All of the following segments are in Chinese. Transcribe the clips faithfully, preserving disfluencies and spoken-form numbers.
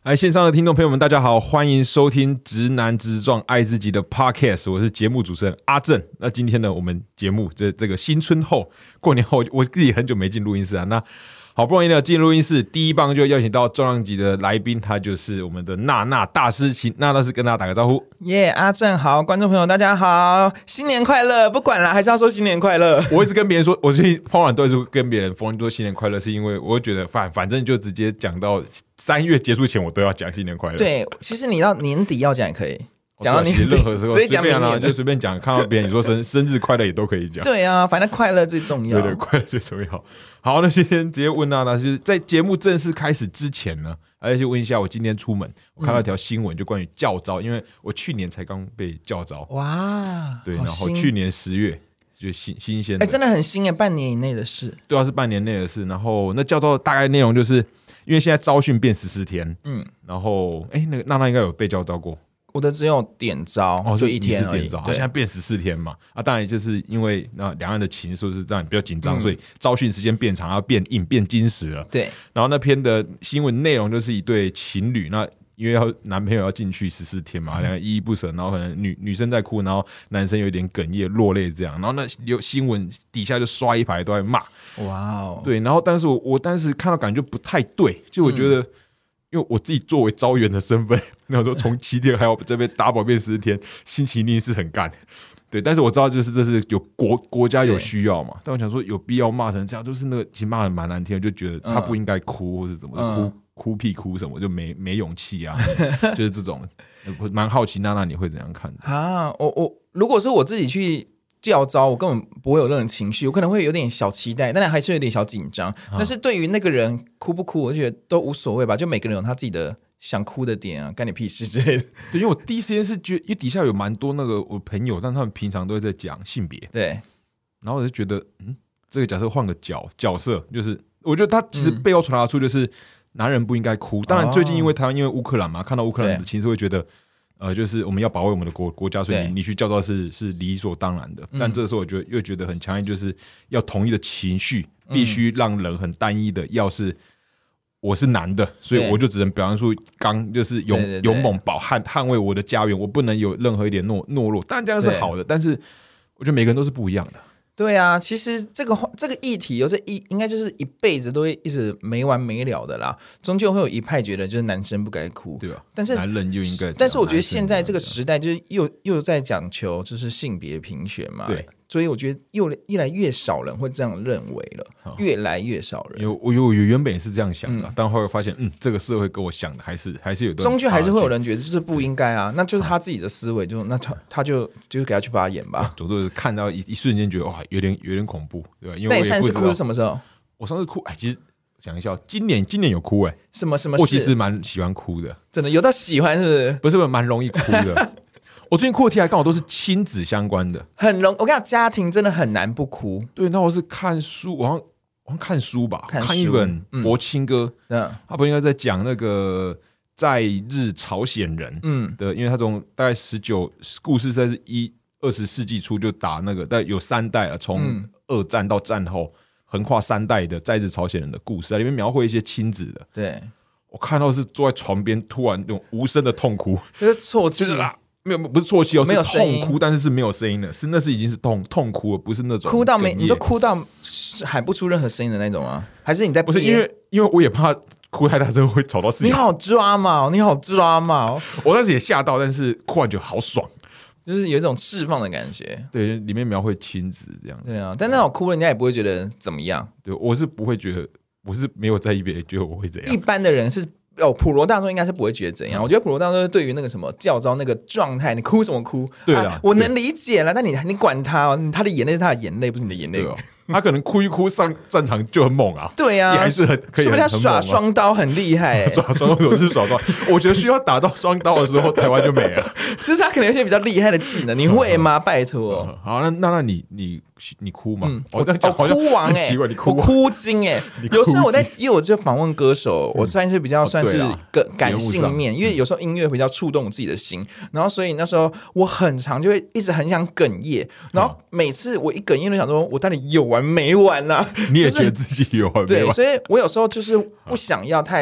哎，线上的听众朋友们，大家好，欢迎收听《直男直撞爱自己》的 Podcast， 我是节目主持人阿正。那今天呢，我们节目这这个新春后、过年后，我自己很久没进录音室啊，那好不容易呢进录音室，第一棒就邀请到重量级的来宾，他就是我们的娜娜大师，请娜大师跟大家打个招呼。 耶、yeah, 阿正好，观众朋友大家好，新年快乐！不管了，还是要说新年快乐。 我一直跟别人说，我最近通常都是跟别人逢说新年快乐，是因为我觉得反反正就直接讲到三月结束前，我都要讲新年快乐。 对，其实你到年底要讲也可以。讲到年底， 任何时候随讲明年就随便讲，看到别人说生生日快乐也都可以讲。 对啊，反正快乐最重要。 对对，快乐最重要。好，那先直接问娜娜，就是在节目正式开始之前呢，而且问一下，我今天出门，我看到一条新闻，就关于教召，因为我去年才刚被教召。 哇， 对，然后去年十月就新新鲜的， 哎、欸，真的很新耶，半年以内的事。 对啊，是半年内的事。然后那教召大概内容就是，因为现在招训变十四天，嗯，然后哎、欸，那个娜娜应该有被教召过。 我的只有点招，哦、就一天而已。 他现在变十四天嘛，啊，当然就是因为那两岸的情势是让你比较紧张、嗯，所以招训时间变长，要变硬、变精实了。 对。 然后那篇的新闻内容就是一对情侣，那因为要男朋友要进去十四天嘛，两个依依不舍，然后可能女女生在哭，然后男生有点哽咽落泪这样，然后那有新闻底下就刷一排都在骂。 哇哦。 对，然后但是我我当时看到感觉不太对，就我觉得。嗯，因为我自己作为招员的身份，那时候从七天还要这边打保变十天，心情一定是很干。对，但是我知道就是这是有国国家有需要嘛，但我想说有必要骂成这样，就是那个其实骂的蛮难听的，就觉得他不应该哭或是怎么的、嗯、哭哭屁哭什么，就没没勇气啊，就是这种。我蛮好奇娜娜你会怎样看的啊？我我如果是我自己去教招，我根本不会有任何情绪，我可能会有点小期待，但还是有点小紧张、啊。但是对于那个人哭不哭，我觉得都无所谓吧，就每个人有他自己的想哭的点啊，干你屁事之类的。 对，因为我第一时间是觉得，因为底下有蛮多那个我朋友，但他们平常都会在讲性别， 对， 然后我就觉得，嗯，这个假设换个角角色，就是我觉得他其实背后传达出就是男人不应该哭。嗯、当然，最近因为台湾因为乌克兰嘛，看到乌克兰的情势会觉得。呃，就是我们要保卫我们的 国, 国家，所以 你, 你去教召是是理所当然的。但这个时候，我觉得又觉得很强烈，就是要统一的情绪必须让人很单一的。要是我是男的，所以我就只能表现出刚就是勇勇猛保捍捍卫我的家园，我不能有任何一点懦懦弱。当然这样是好的，但是我觉得每个人都是不一样的。 对啊，其实这个这个议题又是一应该就是一辈子都会一直没完没了的啦，终究会有一派觉得就是男生不该哭， 对吧？ 但是男人就应该， 但是我觉得现在这个时代就是又又在讲求就是性别平权嘛， 对， 所以我觉得又越来越少人会这样认为了，越来越少人。 有我有原本也是这样想的，嗯、但后来发现，嗯，这个社会跟我想的还是还是有， 终究还是会有人觉得就是不应该啊，那就是他自己的思维，就那他他就就是给他去发言吧。 我都是看到一一瞬间觉得哇，有点有点恐怖，对吧？因为那你上次哭是什么时候？ 我上次哭，哎，其实想一下，今年今年有哭哎、欸， 什么什么事？ 我其实蛮喜欢哭的， 真的有到喜欢是不是？ 不是不是，蛮容易哭的。我最近哭的题材刚好都是亲子相关的， 很容。我跟你讲，家庭真的很难不哭。 对，那我是看书，我好像我好像看书吧， 看, 看一本柏青哥， 嗯， 他不应该在讲那个在日朝鲜人，嗯的，因为他从大概十九故事在是一二十世纪初就打那个，但有三代了，从二战到战后横跨三代的在日朝鲜人的故事，里面描绘一些亲子的。 对， 我看到是坐在床边，突然那种无声的痛哭， 就是啜泣。 就是啊没有，不是啜泣哦，是痛哭，但是是没有声音的，是那是已经是痛痛哭了，不是那种哭到没，你就哭到喊不出任何声音的那种吗？还是你在不是因为因为我也怕哭太大声会吵到室友。 你好抓嘛，你好抓嘛！ 我当时也吓到，但是哭完觉得好爽， 就是有一种释放的感觉。 对，里面描绘亲子这样。 对啊，但那种哭人家也不会觉得怎么样。 对，我是不会觉得，我是没有在意别人觉得我会怎样。 一般的人是。哦，普罗大众应该是不会觉得怎样。嗯、我觉得普罗大众对于那个什么教召那个状态，你哭什么哭？ 对啊， 啊我能理解了。但你你管他哦，他的眼泪是他的眼泪，不是你的眼泪哦。 他可能哭一哭上战场就很猛啊。 对啊， 也还是很可以很猛、啊。 说不定他耍双刀很厉害、欸， 耍双刀是耍刀。我觉得需要打到双刀的时候，台湾就没了。 就是他可能有一些比较厉害的技能，你会吗？拜托。 好，那那那你你你哭吗？ 嗯、 我我哭王哎、欸， 你哭我哭精哎、欸。有时候我在因为我就访问歌手，我算是比较算是个感性面，因为有时候音乐比较触动我自己的心，然后所以那时候我很常就会一直很想哽咽，然后每次我一哽咽就想说，我到底有完没完啊？ 你也觉得自己有完没完？ 对，所以我有时候就是不想要太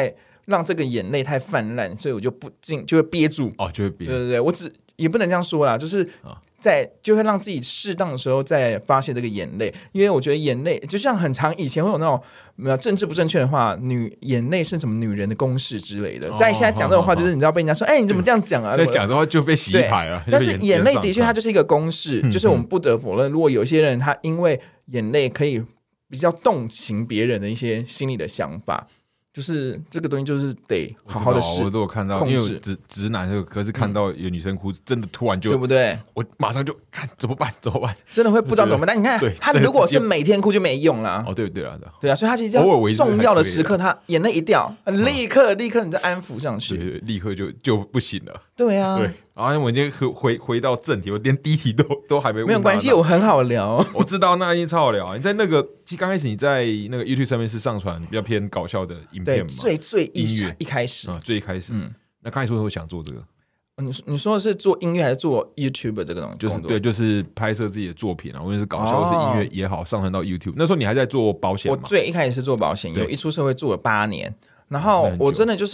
让这个眼泪太泛滥，所以我就不禁就会憋住。 哦，就会憋。 对对对，我只也不能这样说啦，就是在就会让自己适当的时候再发泄这个眼泪，因为我觉得眼泪就像很常以前会有那种政治不正确的话，女眼泪是什么女人的公式之类的，在现在讲这种话，就是你知道被人家说，哎、欸，你怎么这样讲啊？ 现在讲的话就被洗牌了。 但是眼泪的确它就是一个公式，就是我们不得否认，如果有一些人他因为眼泪可以比较动情别人的一些心里的想法。就是这个东西，就是得好好的试。 我都有看到，因为直直男，可是看到有女生哭，真的突然就对不对？ 我马上就看怎么办，怎么办？ 真的会不知道怎么办。但你看，他如果是每天哭就没用啦。 哦，对对啊， 对啊，所以他其实偶尔重要的时刻，他眼泪一掉，立刻立刻你再安抚上去， 对，立刻就就不行了。 对啊， 对。然后我们今天回回到正题，我连第一题都都还没问。 没有关系，我很好聊。 我知道那一定超好聊。你在那个其实刚开始你在那个 YouTube 上面是上传比较偏搞笑的影片嘛？ 最最音乐一开始啊，最一开始。嗯，那刚才说会想做这个， 你你说的是做音乐还是做 YouTube 这个东西？ 就是对，就是拍摄自己的作品啊，无论是搞笑或是音乐也好，上传到 YouTube。那时候你还在做保险吗？ 我最一开始是做保险，有一出社会做了八年，然后我真的就是。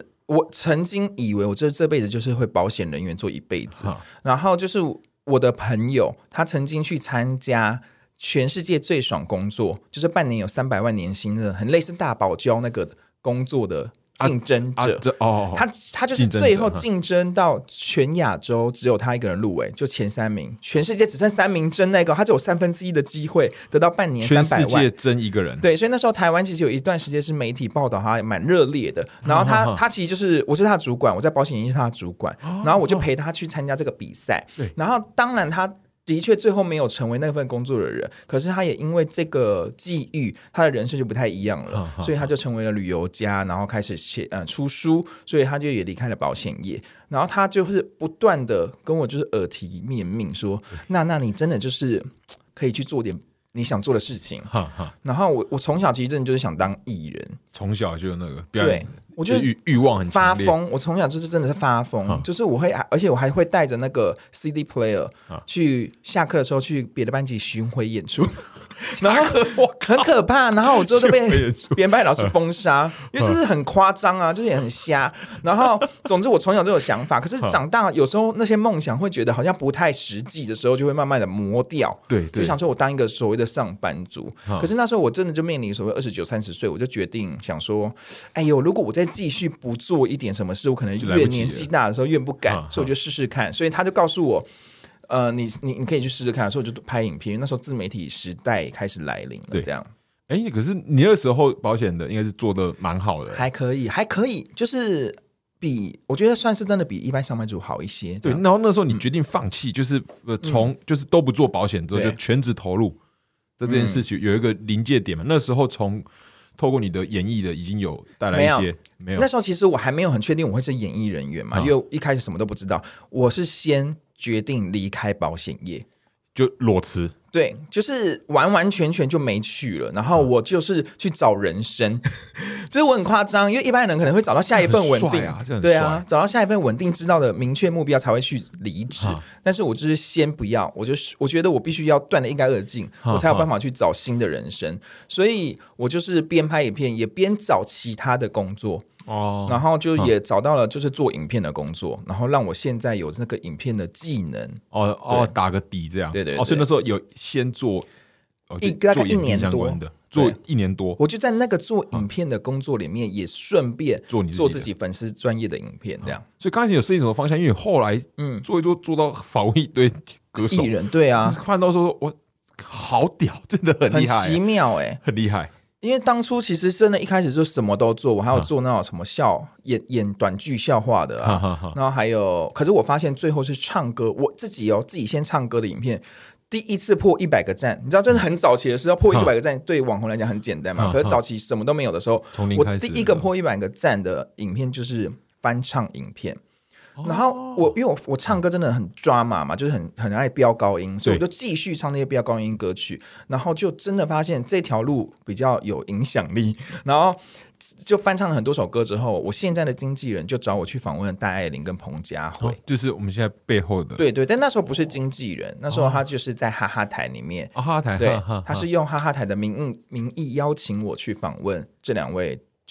我曾经以为我这这辈子就是会保险人员做一辈子，然后就是我的朋友，他曾经去参加全世界最爽工作，就是半年有三百万年薪的，很类似大堡礁那个工作的竞争者。 啊啊哦、 他他就是最后竞争到全亚洲只有他一个人入围，就前三名，全世界只剩三名争那个，他只有三分之一的机会得到半年三百万， 全世界争一个人。 对，所以那时候台湾其实有一段时间是媒体报道他蛮热烈的，然后他、哦、他其实就是我是他的主管，我在保险业是他的主管，哦、然后我就陪他去参加这个比赛，然后当然他。的确最后没有成为那份工作的人，可是他也因为这个际遇，他的人生就不太一样了，所以他就成为了旅游家，然后开始写呃出书，所以他就也离开了保险业。然后他就是不断的跟我就是耳提面命说，那那你真的就是可以去做点你想做的事情。然后我我从小其实真的就是想当艺人， 从小就有那个表演。 对，我觉得欲欲望很发疯，我从小就是真的是发疯，嗯、就是我会，而且我还会带着那个 C D player、嗯、去下课的时候去别的班级巡回演出，然后很可怕，然后我之后就被别人班老师封杀，因为就是很夸张啊，就是也很瞎。然后总之我从小就有想法，可是长大有时候那些梦想会觉得好像不太实际的时候，就会慢慢的磨掉。 对， 就想说我当一个所谓的上班族，嗯、可是那时候我真的就面临所谓二十九、三十岁，我就决定想说，哎呦，如果我在继续不做一点什么事，我可能越年纪大的时候越不敢，所以我就试试看。所以他就告诉我，呃，你你你可以去试试看。所以我就拍影片。那时候自媒体时代开始来临了，这样。 哎，可是你那时候保险的应该是做的蛮好的， 还可以，还可以，就是比我觉得算是真的比一般上班族好一些。 对，然后那时候你决定放弃，嗯、就是呃从、嗯、就是都不做保险之后，就全职投入的这件事情，有一个临界点嘛。那时候从透过你的演艺的已经有带来一些 没有, 没有那时候其实我还没有很确定我会是演艺人员嘛、嗯、因为一开始什么都不知道，我是先决定离开保险业， 就裸辞。 对，就是完完全全就没去了，然后我就是去找人生、嗯、就是我很夸张，因为一般人可能会找到下一份稳定啊， 对啊，找到下一份稳定知道的明确目标才会去离职、嗯、但是我就是先不要，我就是我觉得我必须要断得一干二净、嗯、我才有办法去找新的人生、嗯、所以我就是边拍影片也边找其他的工作哦，然后就也找到了就是做影片的工作、嗯、然后让我现在有那个影片的技能哦哦，打个底这样。 对对对、 哦、所以那时候有先做、哦、 一大概一年多的做一年多， 我就在那个做影片的工作里面也顺便做做自己粉丝专业的影片这样、 嗯、所以刚开始有设计什么方向，因为后来嗯做一做做到访问一堆歌手艺人，对啊， 看到说我好屌，真的很厉害， 很奇妙哎、欸， 很厉害。 因为当初其实真的一开始就什么都做，我还有做那种什么笑演演短剧笑话的啊，哈哈，然后还有，可是我发现最后是唱歌，我自己哦自己先唱歌的影片，第一次破一百个赞，你知道，真的很早期的时候破一百个赞，对网红来讲很简单嘛，可是早期什么都没有的时候，我第一个破一百个赞的影片就是翻唱影片。然后我因为我我唱歌真的很抓马嘛，就是很很爱飙高音，所以我就继续唱那些飙高音歌曲，然后就真的发现这条路比较有影响力，然后就翻唱了很多首歌之后，我现在的经纪人就找我去访问戴爱玲跟彭佳慧、哦， 就是我们现在背后的， 对对，但那时候不是经纪人，那时候他就是在哈哈台里面， 哦、哈哈台， 对， 哈哈哈他是用哈哈台的名义名义邀请我去访问这两位，就是。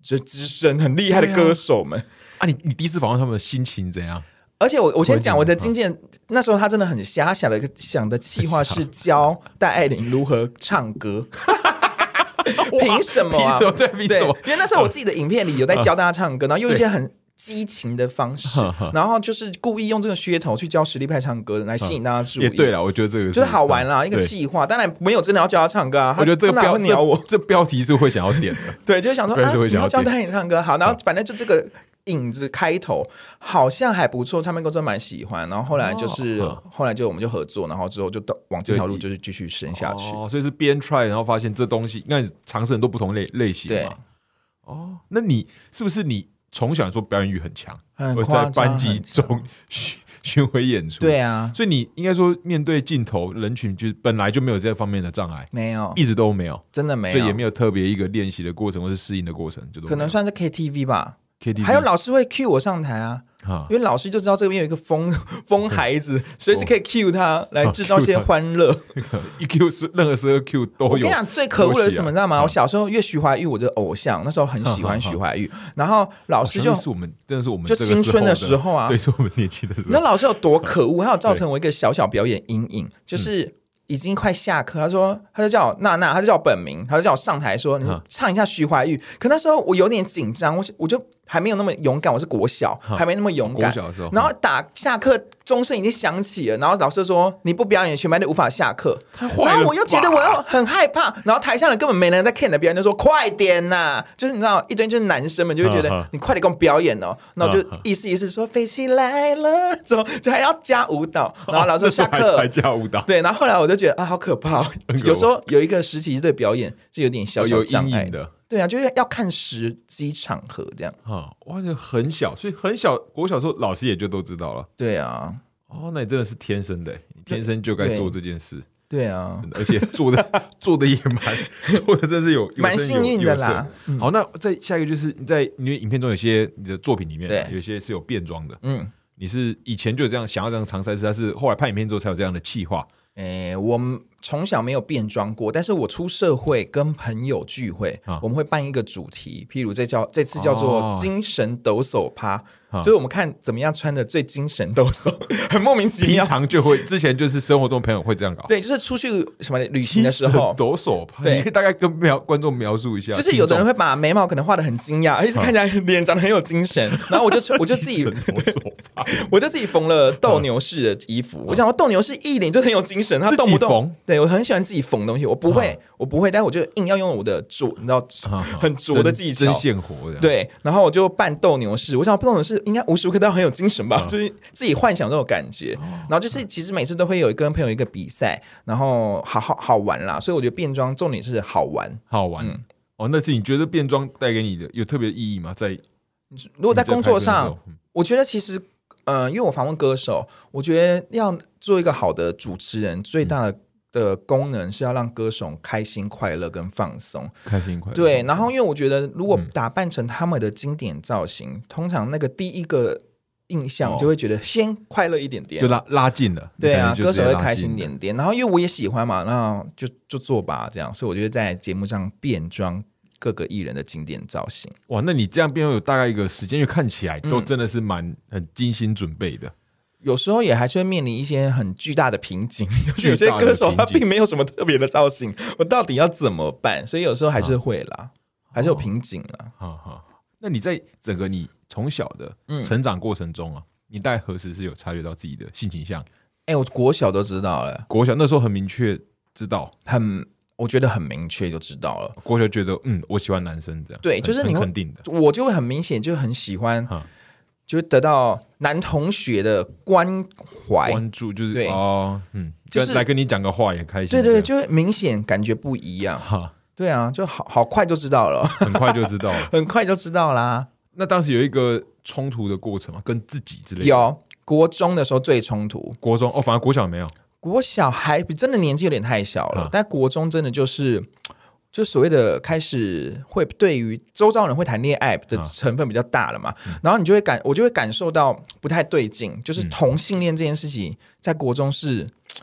就资深很厉害的歌手们啊。你你第一次访问他们的心情怎样？ 而且我我先讲我的经纪人、嗯、那时候他真的很瞎，想的想的企划是教戴爱玲如何唱歌。凭什么啊？ 对，凭什么？ 因为那时候我自己的影片里有在教大家唱歌，然后用一些很激情的方式，然后就是故意用这个噱头去教实力派唱歌来吸引大家注意。 也对了，我觉得这个就是好玩啦，一个企划。当然没有真的要教他唱歌啊， 我觉得这个标鸟我这标题是会想要点的。 对，就是想说啊，你要教戴爱玲唱歌，好，然后反正就这个影子开头好像还不错，唱片公司蛮喜欢，然后后来就是、哦、后来就我们就合作，然后之后就往这条路就是继续深下去。 哦，所以是边 try 然后发现这东西，应该尝试很多不同类类型嘛。对，哦，那你是不是你从小说表演欲很强， 而在班级中巡回演出？ 对啊， 所以你应该说面对镜头人群，就本来就没有这方面的障碍， 没有， 一直都没有， 真的没有， 所以也没有特别一个练习的过程或是适应的过程，就可能算是 K T V 吧。 K T V 还有老师会 cue 我上台啊，因为老师就知道这边有一个疯疯孩子，随时可以 cue 他来制造一些欢乐。 一 cue 任何时候 cue 都有。 我跟你讲，最可恶的是什么，你知道吗？我小时候因为徐怀钰我的偶像，那时候很喜欢徐怀钰，然后老师就、 哦、是我们真的是我们就青春的时候啊， 对，是我们年轻的时候。 那老师有多可恶，他有造成我一个小小表演阴影，就是。已经快下课，他说，他就叫我娜娜，他就叫我本名，他就叫我上台说，你唱一下徐怀钰。可那时候我有点紧张，我我就还没有那么勇敢，我是国小，还没那么勇敢。 国小的时候， 然后打下课钟声已经响起了，然后老师说你不表演，全班就无法下课。然后我又觉得我又很害怕，然后台下的根本没人在看你的表演，就说快点呐、啊！就是你知道，一堆就是男生们就会觉得你快点给我表演哦。然后就意思意思说飞起来了，之后就还要加舞蹈。然后老师说下课还加舞蹈， 对。然后后来我就觉得啊，好可怕、哦。有时候有一个时期对表演是有点小小障碍的。 对啊，就是要看时机场合这样啊。哇，很小，所以很小，国小时候老师也就都知道了。 对啊， 哦，那你真的是天生的，你天生就该做这件事。 对啊， 而且做的做的也蛮做的，真是有蛮幸运的啦。 嗯、好，那再下一个就是你在你的影片中有些你的作品里面、啊，有些是有变装的。嗯，你是以前就有这样想要这样尝试，还是后来拍影片之后才有这样的企划？ 诶，我从小没有变装过，但是我出社会跟朋友聚会，啊、我们会办一个主题，譬如这叫这次叫做精神抖擞趴。哦，就是我们看怎么样穿的最精神抖擞，很莫名其妙。 平常就会之前就是生活中朋友会这样搞， 对，就是出去什么旅行的时候， 抖擞趴，对，你可以大概跟描观众描述一下。 就是有的人会把眉毛可能画得很惊讶，而且看起来脸长得很有精神，然后我就我就自己我就自己缝了斗牛士的衣服。我想说斗牛士一脸就很有精神，他动不动对我很喜欢自己缝东西，我不会我不会，但是我就硬要用我的拙，你知道很拙的技巧， 针线活的。 对，然后我就扮斗牛士，我想斗牛士应该无时无刻都很有精神吧，嗯、就是自己幻想这种感觉。然后就是其实每次都会有跟朋友一个比赛，然后好好好玩啦。所以我觉得变装重点是好玩， 好玩。嗯、哦，那是你觉得变装带给你的有特别意义吗？在如果在工作上，我觉得其实呃，因为我访问歌手，我觉得要做一个好的主持人，最大的、嗯。的功能是要让歌手开心快乐跟放松， 开心快乐。 对，然后因为我觉得如果打扮成他们的经典造型，嗯、通常那个第一个印象就会觉得先快乐一点点， 就拉拉近了。 对啊，歌手会开心一点点。然后因为我也喜欢嘛，那就就做吧，这样。所以我觉得在节目上变装各个艺人的经典造型。 哇，那你这样变有大概一个时间，因为看起来都真的是蛮、嗯、很精心准备的。 有时候也还是会面临一些很巨大的瓶颈，就是有些歌手他并没有什么特别的造型，我到底要怎么办？所以有时候还是会啦，啊、还是有瓶颈啦。 好、啊、好、啊，那你在整个你从小的成长过程中啊，嗯、你大概何时是有察觉到自己的性倾向？ 哎、欸，我国小都知道了， 国小那时候很明确知道， 很我觉得很明确就知道了。 国小觉得嗯，我喜欢男生这样， 对，就是你会肯定的， 我就会很明显就很喜欢。啊就会得到男同学的关怀关注，就是对哦，嗯，就是来跟你讲个话也开心， 对对，就会明显感觉不一样。哈，对啊，就好好快就知道了， 很快就知道了， 很快就知道啦。 那当时有一个冲突的过程吗？跟自己之类的？ 有，国中的时候最冲突。 国中哦，反而国小没有， 国小还真的年纪有点太小了，但国中真的就是。就所谓的开始会对于周遭人会谈恋爱的成分比较大了嘛，嗯、然后你就会感我就会感受到不太对劲，就是同性恋这件事情在国中是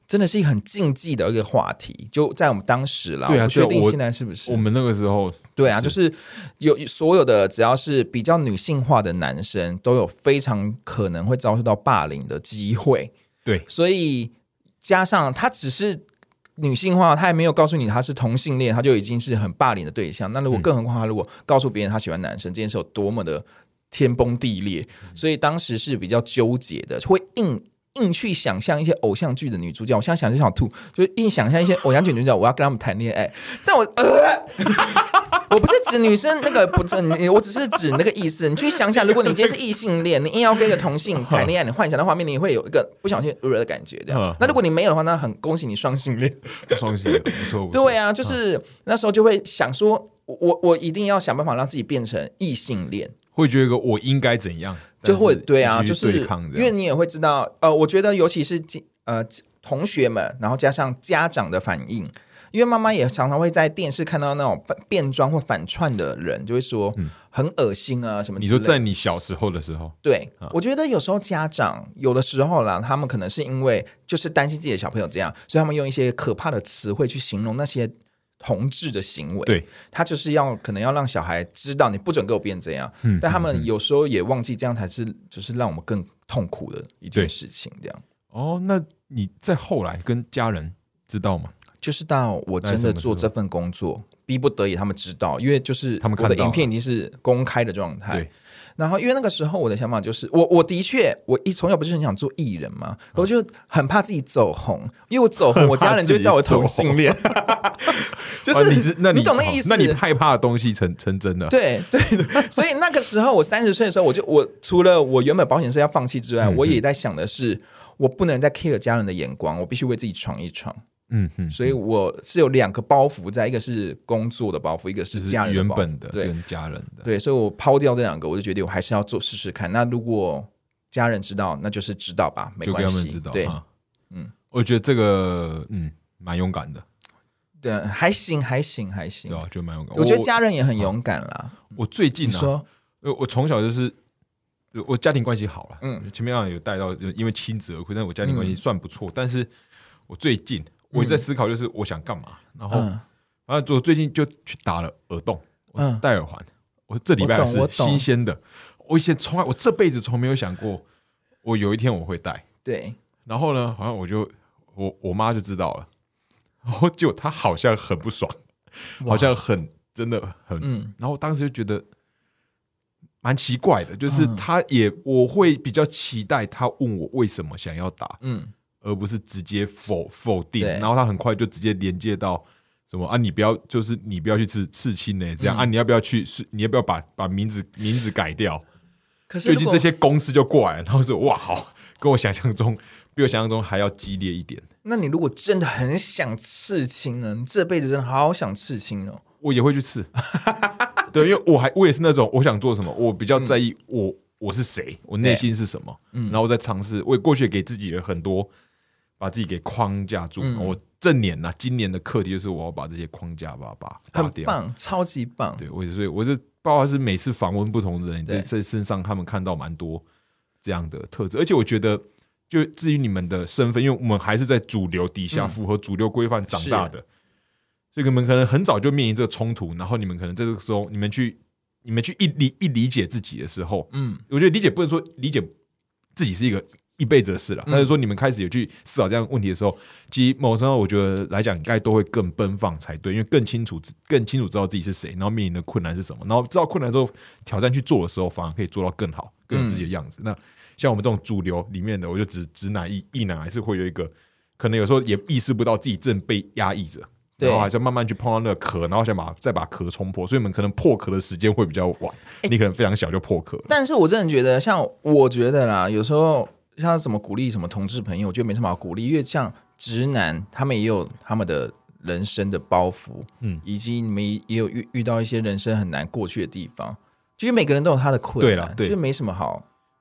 真的是一个很禁忌的一个话题，就在我们当时啦。 对啊， 我不确定现在是不是？ 我们那个时候， 对啊，就是有所有的只要是比较女性化的男生，都有非常可能会遭受到霸凌的机会。 对， 所以加上他只是女性化，他还没有告诉你他是同性恋，他就已经是很霸凌的对象。那如果更何况他如果告诉别人他喜欢男生，这件事有多么的天崩地裂，所以当时是比较纠结的，会硬。硬去想象一些偶像剧的女主角，我现在想就想吐，就是硬想象一些偶像剧女主角，我要跟他们谈恋爱，但我呃，我不是指女生那个，不是，我只是指那个意思。你去想想，如果你今天是异性恋，你硬要跟一个同性谈恋爱，你幻想的画面，你会有一个不小心呃的感觉，这样。那如果你没有的话，那很恭喜你双性恋， 双性恋，不错不错。 对啊，就是那时候就会想说，我我一定要想办法让自己变成异性恋。 会觉得我应该怎样， 就会对啊，就是因为你也会知道，呃，我觉得尤其是呃同学们，然后加上家长的反应，因为妈妈也常常会在电视看到那种变装或反串的人，就会说、嗯、很恶心啊什么之类的。 你说在你小时候的时候， 对、啊，我觉得有时候家长有的时候啦，他们可能是因为就是担心自己的小朋友这样，所以他们用一些可怕的词汇去形容那些。同志的行为， 对， 他就是要可能要让小孩知道你不准给我变这样、嗯、但他们有时候也忘记这样才是就是让我们更痛苦的一件事情这样。 哦，那你在后来跟家人知道吗？ 就是到我真的做这份工作逼不得已他们知道，因为就是我的影片已经是公开的状态，然后因为那个时候我的想法就是我我的确我一从小不是很想做艺人嘛、嗯、我就很怕自己走红，因为我走红我家人就会叫我同性恋就是、 啊、你是那 你, 你懂那意思， 那你害怕的东西成成真了。 对对，所以那个时候我三十岁的时候，我就我除了我原本保险社要放弃之外、嗯、我也在想的是我不能再 care 家人的眼光，我必须为自己闯一闯。嗯嗯，所以我是有两个包袱在，一个是工作的包袱，一个是家人的包袱， 就是、原本的跟家人的。 对，所以我抛掉这两个，我就决定我还是要做试试看。那如果家人知道，那就是知道吧，没关系。 就给他们知道。 对， 嗯，我觉得这个嗯蛮勇敢的。 对，还行，还行，还行。 对啊，就蛮勇敢。 我觉得家人也很勇敢啦。 我, 我最近啊， 你说， 我从小就是我家庭关系好了，嗯，前面有带到，因为亲子而亏，但我家庭关系算不错、嗯。但是我最近我在思考，就是我想干嘛，嗯、然后，然后我最近就去打了耳洞，嗯，戴耳环。我这礼拜是新鲜的，我, 我以前从来我这辈子从没有想过，我有一天我会戴。 对， 然后呢，好像我就我我妈就知道了。然后就他好像很不爽，好像很真的很、嗯，然后当时就觉得蛮奇怪的，就是他也、嗯、我会比较期待他问我为什么想要打，嗯，而不是直接否否定，然后他很快就直接连接到什么啊，你不要就是你不要去刺刺青呢，这样、嗯、啊，你要不要去你要不要把把名字名字改掉？可是最近这些公司就过来了，然后说哇好，跟我想象中比我想象中还要激烈一点。 那你如果真的很想刺青呢？你这辈子真的好想刺青哦， 我也会去刺。对，因为我还我也是那种我想做什么，我比较在意我、嗯、我是谁，我内心是什么，然后我再尝试。我也过去给自己了很多，把自己给框架住。嗯、我这年啊，今年的课题就是我要把这些框架把它拔掉， 很棒，超级棒。 对，我所以我是包括是每次访问不同的人，在身上他们看到蛮多这样的特质，而且我觉得。就至于你们的身份，因为我们还是在主流底下符合主流规范长大的、嗯，所以你们可能很早就面临这个冲突，然后你们可能在这个时候，你们去你们去一理一理解自己的时候，嗯，我觉得理解不能说理解自己是一个一辈子的事了，但是说你们开始有去思考这样的问题的时候，其实某种程度我觉得来讲，应该都会更奔放才对，因为更清楚更清楚知道自己是谁，然后面临的困难是什么，然后知道困难之后挑战去做的时候，反而可以做到更好，更有自己的样子。嗯、那像我们这种主流里面的，我就直直男异异男还是会有一个，可能有时候也意识不到自己正被压抑着，然后还是要慢慢去碰到那个壳，然后想把再把壳冲破，所以你们可能破壳的时间会比较晚，欸、你可能非常小就破壳。 但是我真的觉得，像我觉得啦，有时候像什么鼓励什么同志朋友，我觉得没什么好鼓励，因为像直男他们也有他们的人生的包袱，嗯，以及你们也有 遇, 遇到一些人生很难过去的地方，就是每个人都有他的困难，对啦，对，就是没什么好。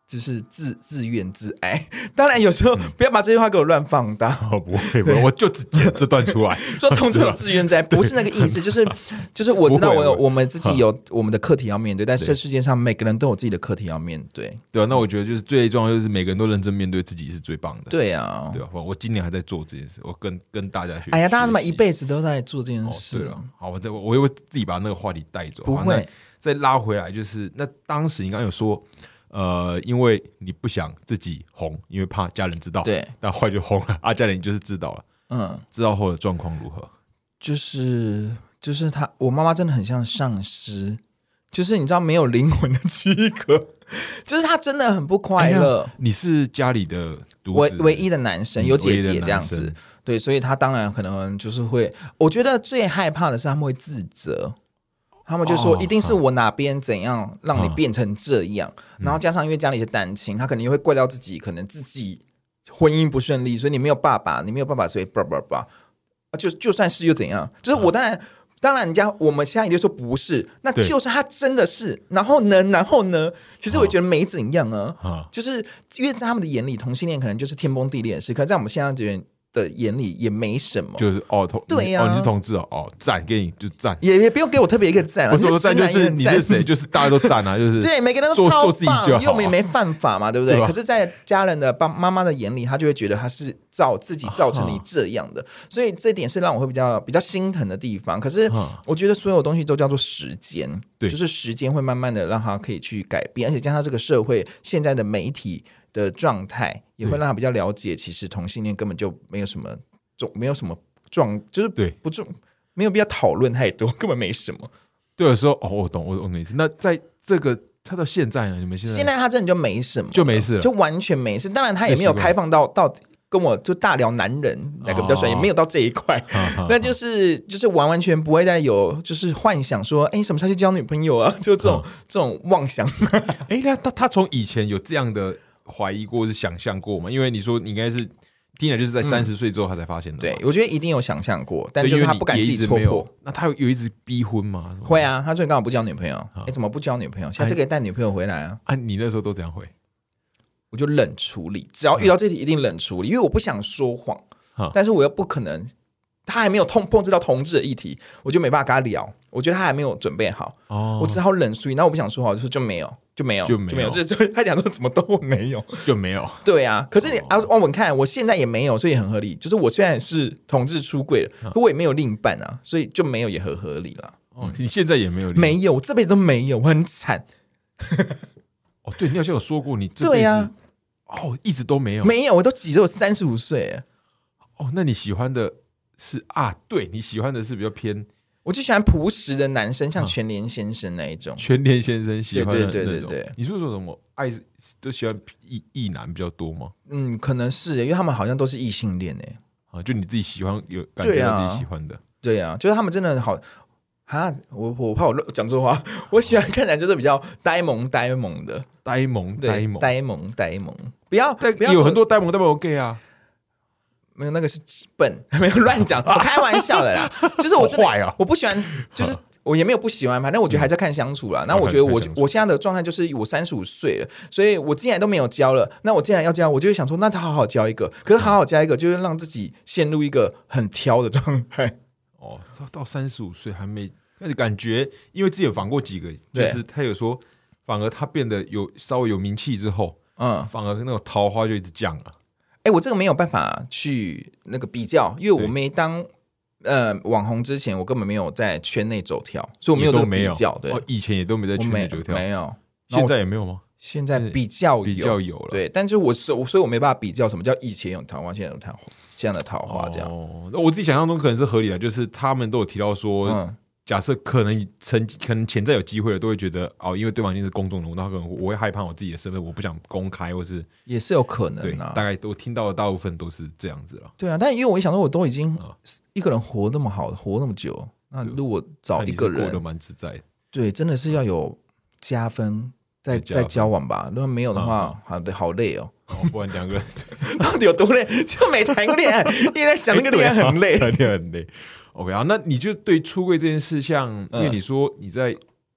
就是自自怨自艾。当然有时候不要把这句话给我乱放大。 哦，不会，不会，我就只剪这段出来。 说同志有自怨自艾，不是那个意思，就是就是我知道我有我们自己有我们的课题要面对，但是这世界上每个人都有自己的课题要面对。 对啊，那我觉得就是最重要就是每个人都认真面对自己是最棒的。 对啊， 对啊，我今年还在做这件事，我跟跟大家学。 哎呀，大家他妈一辈子都在做这件事了。好，我再我又会自己把那个话题带走。 不会， 再拉回来，就是那当时你刚刚有说。呃，因为你不想自己红，因为怕家人知道， 对， 但后来就红了啊，家人就是知道了， 嗯， 知道后的状况如何？ 就是就是他，我妈妈真的很像丧尸，就是你知道没有灵魂的躯壳，就是他真的很不快乐。 哎、你是家里的独唯唯一的男生，有姐姐这样子，对，所以他当然可能就是会，我觉得最害怕的是他们会自责。他们就说一定是我哪边怎样让你变成这样，哦、然后加上因为家里是单亲，他肯定会怪到自己，可能自己婚姻不顺利，所以你没有爸爸，你没有爸爸，所以叭叭叭，就就算是又怎样？就是我当然、嗯、当然人家我们现在一定说不是，那就是他真的是，然后呢，然后呢？其实我觉得没怎样啊，哦、就是因为在他们的眼里，同性恋可能就是天崩地裂的事，可是在我们现在这边。的眼里也没什么， 就是哦，同对呀、啊哦，你是同志哦，哦，赞给你就赞， 也也不用给我特别一个赞， 不是说赞就是你是谁，就是大家都赞啊，就是对，每个人都超棒， 做自己就好、啊， 因为我们也没犯法嘛，对不对？可是，在家人的爸妈妈的眼里，他就会觉得他是造自己造成你这样的，啊、所以这点是让我会比较比较心疼的地方。可是，我觉得所有东西都叫做时间，对，就是时间会慢慢的让他可以去改变，而且加上这个社会现在的媒体的状态，也会让他比较了解，其实同性恋根本就没有什么。没有什么状，就是不重，没有必要讨论太多，根本没什么。 对的时候，哦，我懂，我懂你意思。那在这个他到现在呢？你们现在现在他真的就没什么， 就没事了， 就完全没事。当然，他也没有开放到到跟我就大聊男人哪个比较帅，哦、也没有到这一块。哦、那就是就是完完全不会再有就是幻想说，哎，什么时候去交女朋友啊？就这种、哦、这种妄想。 哎，那他他从以前有这样的怀疑过，是想象过吗？因为你说你应该是。听起来就是在三十岁之后他才发现的、嗯。 对，我觉得一定有想象过，但就是他不敢自己戳破。 那他有有一直逼婚吗？ 会啊，他最近刚好不交女朋友。哎、啊，怎么不交女朋友？下次可以带女朋友回来啊！ 啊，你那时候都怎样回？ 我就冷处理，只要遇到这题一定冷处理，因为我不想说谎，啊、但是我又不可能。他还没有碰碰触到同志的议题，我就没办法跟他聊。我觉得他还没有准备好，哦、我只好冷处理。那我不想说好，就是就没有，就没有， 就没有。 就就他讲说怎么都没有， 就没有。 对啊，可是你啊，我们看我现在也没有，所以很合理。就是我虽然是同志出柜了，嗯、可我也没有另一半啊，所以就没有也很合理了。 哦，你现在也没有另一半？ 没有，我这辈子都没有，我很惨。 哦，对，你好像有说过你这辈子对啊， 哦，一直都没有， 没有，我都几岁？我三十五岁。 哦，那你喜欢的？是啊，对你喜欢的是比较偏， 我就喜欢朴实的男生，像全联先生那一种。 全联先生喜欢的那种， 对对对对对。 你是说什么爱都喜欢异异男比较多吗？ 嗯，可能是，因为他们好像都是异性恋诶。 啊，就你自己喜欢有感觉到自己喜欢的， 对啊，就是他们真的好啊！我我怕我讲错话，我喜欢看起来就是比较呆萌呆萌的， 呆萌呆萌呆萌呆萌，不要不要有很多呆萌呆萌 gay 啊。 没有，那个是笨，没有乱讲，我开玩笑的啦。就是我真的坏啊， 我不喜欢，就是我也没有不喜欢，反正我觉得还在看相处啦。那、嗯、我觉得我我现在的状态就是我三十五岁了，所以我既然都没有交了，那我既然要交，我就会想说，那他好好交一个。可是好好交一个，就是让自己陷入一个很挑的状态。 哦，到三十五岁还没，那感觉因为自己有访过几个，就是他有说，反而他变得有稍微有名气之后，嗯，反而那种桃花就一直降了。 哎，我这个没有办法去那个比较，因为我没当呃网红之前，我根本没有在圈内走跳，所以我没有这个比较。对、 哦，以前也都没在圈内走跳， 没有， 现在也没有吗？ 现在比较有比较有了， 对，但是我所以我没办法比较什么叫以前有桃花，现在有桃花这样的桃花这样。 哦，我自己想象中可能是合理的，就是他们都有提到说。嗯，假设可能曾可能潜在有机会的，都会觉得哦，因为对方已经是公众人物，那可能我会害怕我自己的身份，我不想公开，或是也是有可能啊。 大概都听到的大部分都是这样子了。 对啊，但因为我一想说，我都已经一个人活那么好，活那么久，那如果找一个人， 过得蛮自在的。 对，真的是要有加分，再再交往吧。如果没有的话，好的，好累哦。 哦，不然两个到底有多累？就没谈过恋爱，一直在想那个恋爱很累， 谈恋爱很累。OK 啊，那你就对出柜这件事，像因为你说你在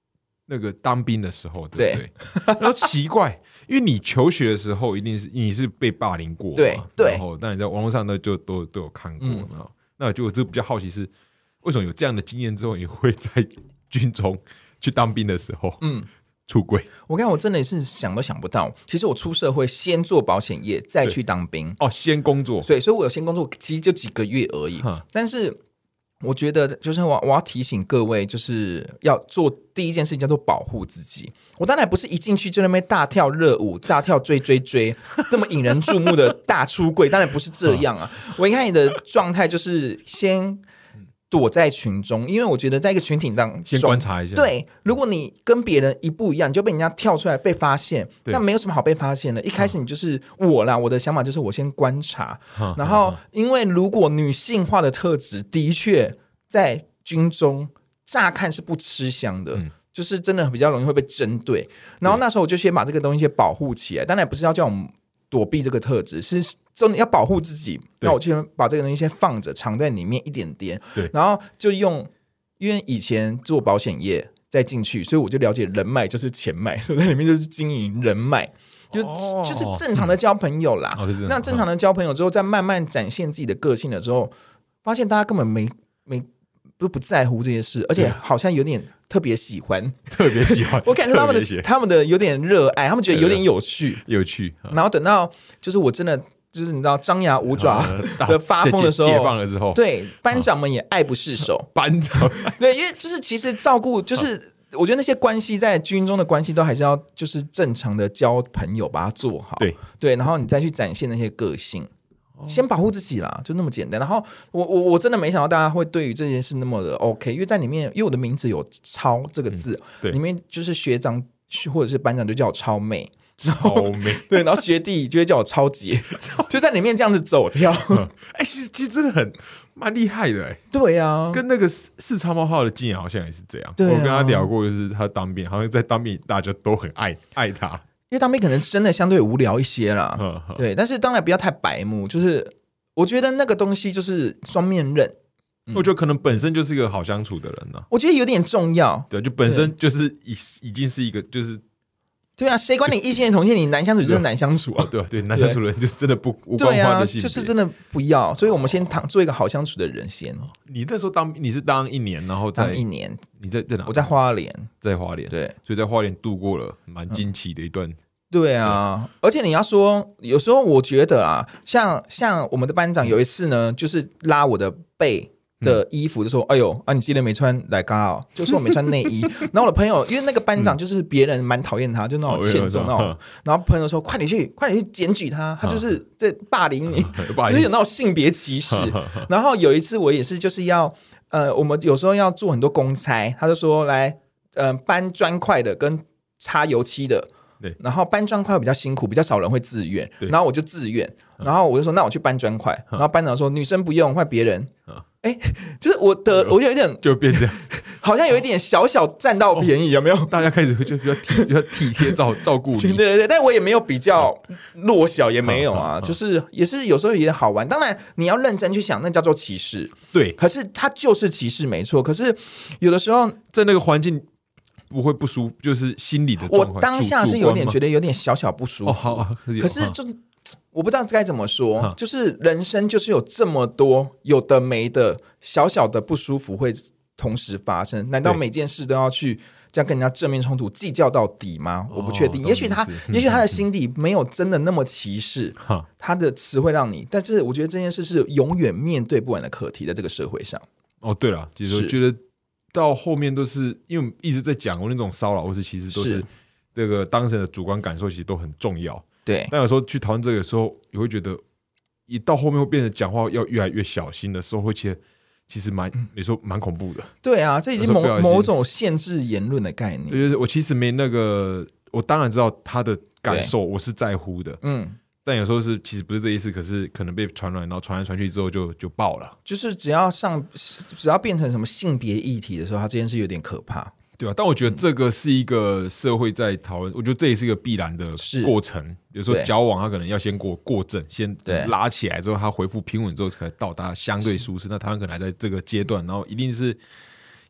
那个当兵的时候，对不对？然后奇怪，因为你求学的时候一定是你是被霸凌过嘛， 对对， 然后但你在网络上呢就都都有看过，嗯、那就我就比较好奇是为什么有这样的经验之后，你会在军中去当兵的时候，嗯。出柜， 我看我真的是想都想不到。其实我出社会先做保险业，再去当兵。 哦，先工作， 所以所以我有先工作，其实就几个月而已。但是我觉得，就是我我要提醒各位，就是要做第一件事情叫做保护自己。我当然不是一进去就那边大跳热舞、大跳追追追，这么引人注目的大出柜，当然不是这样啊。我一开始的状态就是先。躲在群中，因为我觉得在一个群体当中先观察一下。 对，如果你跟别人一不一样，你就被人家跳出来被发现，那没有什么好被发现的。一开始你就是我啦，我的想法就是我先观察，嗯、然后因为如果女性化的特质的确在军中乍看是不吃香的。嗯，就是真的比较容易会被针对。然后那时候我就先把这个东西先保护起来，当然不是要叫我们躲避这个特质，是真的要保护自己。那我就把这个东西先放着，藏在里面一点点。然后就用，因为以前做保险业再进去，所以我就了解人脉就是钱脉，所以在里面就是经营人脉。就、哦、就是正常的交朋友啦、嗯哦、那正常的交朋友之后再慢慢展现自己的个性了之后，发现大家根本没没不不在乎这些事，而且好像有点特别喜欢， 特别喜欢。 我感觉他们的他们的有点热爱，他们觉得有点有趣， 有趣。 然后等到就是我真的就是你知道张牙舞爪的发疯的时候， 解放了之后， 对班长们也爱不释手。 班长对，因为就是其实照顾就是。我觉得那些关系在军中的关系都还是要就是正常的交朋友把它做好， 对对，然后你再去展现那些个性，哦、先保护自己啦，就那么简单。然后我我我真的没想到大家会对于这件事那么的 OK， 因为在里面，因为我的名字有超这个字，嗯、里面就是学长或者是班长就叫我超妹。 超妹对，然后学弟就会叫我超杰，就在里面这样子走跳。 哎、嗯欸，其实其实真的很蛮厉害的哎、欸。 对啊， 跟那个四超猫号的经验好像也是这样。对、啊，我跟他聊过，就是他当兵，好像在当兵大家都很爱爱他， 因为当兵可能真的相对无聊一些啦。嗯、对，但是当然不要太白目，就是我觉得那个东西就是双面刃。 嗯、我觉得可能本身就是一个好相处的人呢、啊。 我觉得有点重要。 对，就本身就是已已经是一个就是。 对啊，谁管你异性恋同性恋，你难相处就是难相处啊！ 对、哦、对, 对，难相处的人就真的不无关花的性别、 啊，就是真的不要。所以我们先躺做一个好相处的人先。 你那时候当你是当一年，然后在当一年， 你在在哪？ 我在花莲， 在花莲， 对， 所以在花莲度过了蛮惊奇的一段。嗯、 对啊，对，而且你要说，有时候我觉得啊，像像我们的班长有一次呢，就是拉我的背。的衣服就说：“哎呦啊，你今天没穿来嘎哦，就说我没穿内衣。”然后我的朋友，因为那个班长就是别人蛮讨厌他，就那种欠揍那种。然后朋友说：“快点去，快点去检举他，他就是在霸凌你，就是有那种性别歧视。”然后有一次我也是，就是要呃，我们有时候要做很多公差，他就说来呃搬砖块的跟擦油漆的。 对， 然后搬砖块比较辛苦，比较少人会自愿，然后我就自愿，然后我就说那我去搬砖块，然后班长说女生不用，换别人。哎，就是我的，我就有点就变这样， 好像有一点小小占到便宜，有没有？ 大家开始就比较体比较体贴照照顾你， 对对对，但我也没有比较弱小，也没有啊，就是也是有时候也好玩。当然你要认真去想，那叫做歧视， 对， 可是它就是歧视没错。可是有的时候在那个环境。不会不舒服，就是心理的状况。 我当下是有点觉得有点小小不舒服， 哦、好啊、 可是就我不知道该怎么说、啊，就是人生就是有这么多有的没的小小的不舒服会同时发生，难道每件事都要去这样跟人家正面冲突计较到底吗？我不确定，哦、也许他、嗯、也许他的心底没有真的那么歧视，嗯、他的词汇让你，但是我觉得这件事是永远面对不完的课题，在这个社会上。 哦，对了，其实我觉得。到后面都是因为我们一直在讲过那种骚扰，或是其实都是这个当事人的主观感受，其实都很重要。 对， 但有时候去讨论这个的时候，也会觉得一到后面会变得讲话要越来越小心的时候，会其实其实蛮你说蛮恐怖的。 对啊，这已经某某种限制言论的概念。 就是我其实没那个，我当然知道他的感受，我是在乎的。嗯。但有时候是其实不是这意思，可是可能被传染，然后传来传去之后就就爆了。 就是只要上，只要变成什么性别议题的时候，它这件事有点可怕， 对啊。但我觉得这个是一个社会在讨论，我觉得这也是一个必然的过程。有时候交往，它可能要先过过正，先拉起来之后，它恢复平稳之后，才到达相对舒适。那台湾可能还在这个阶段，然后一定是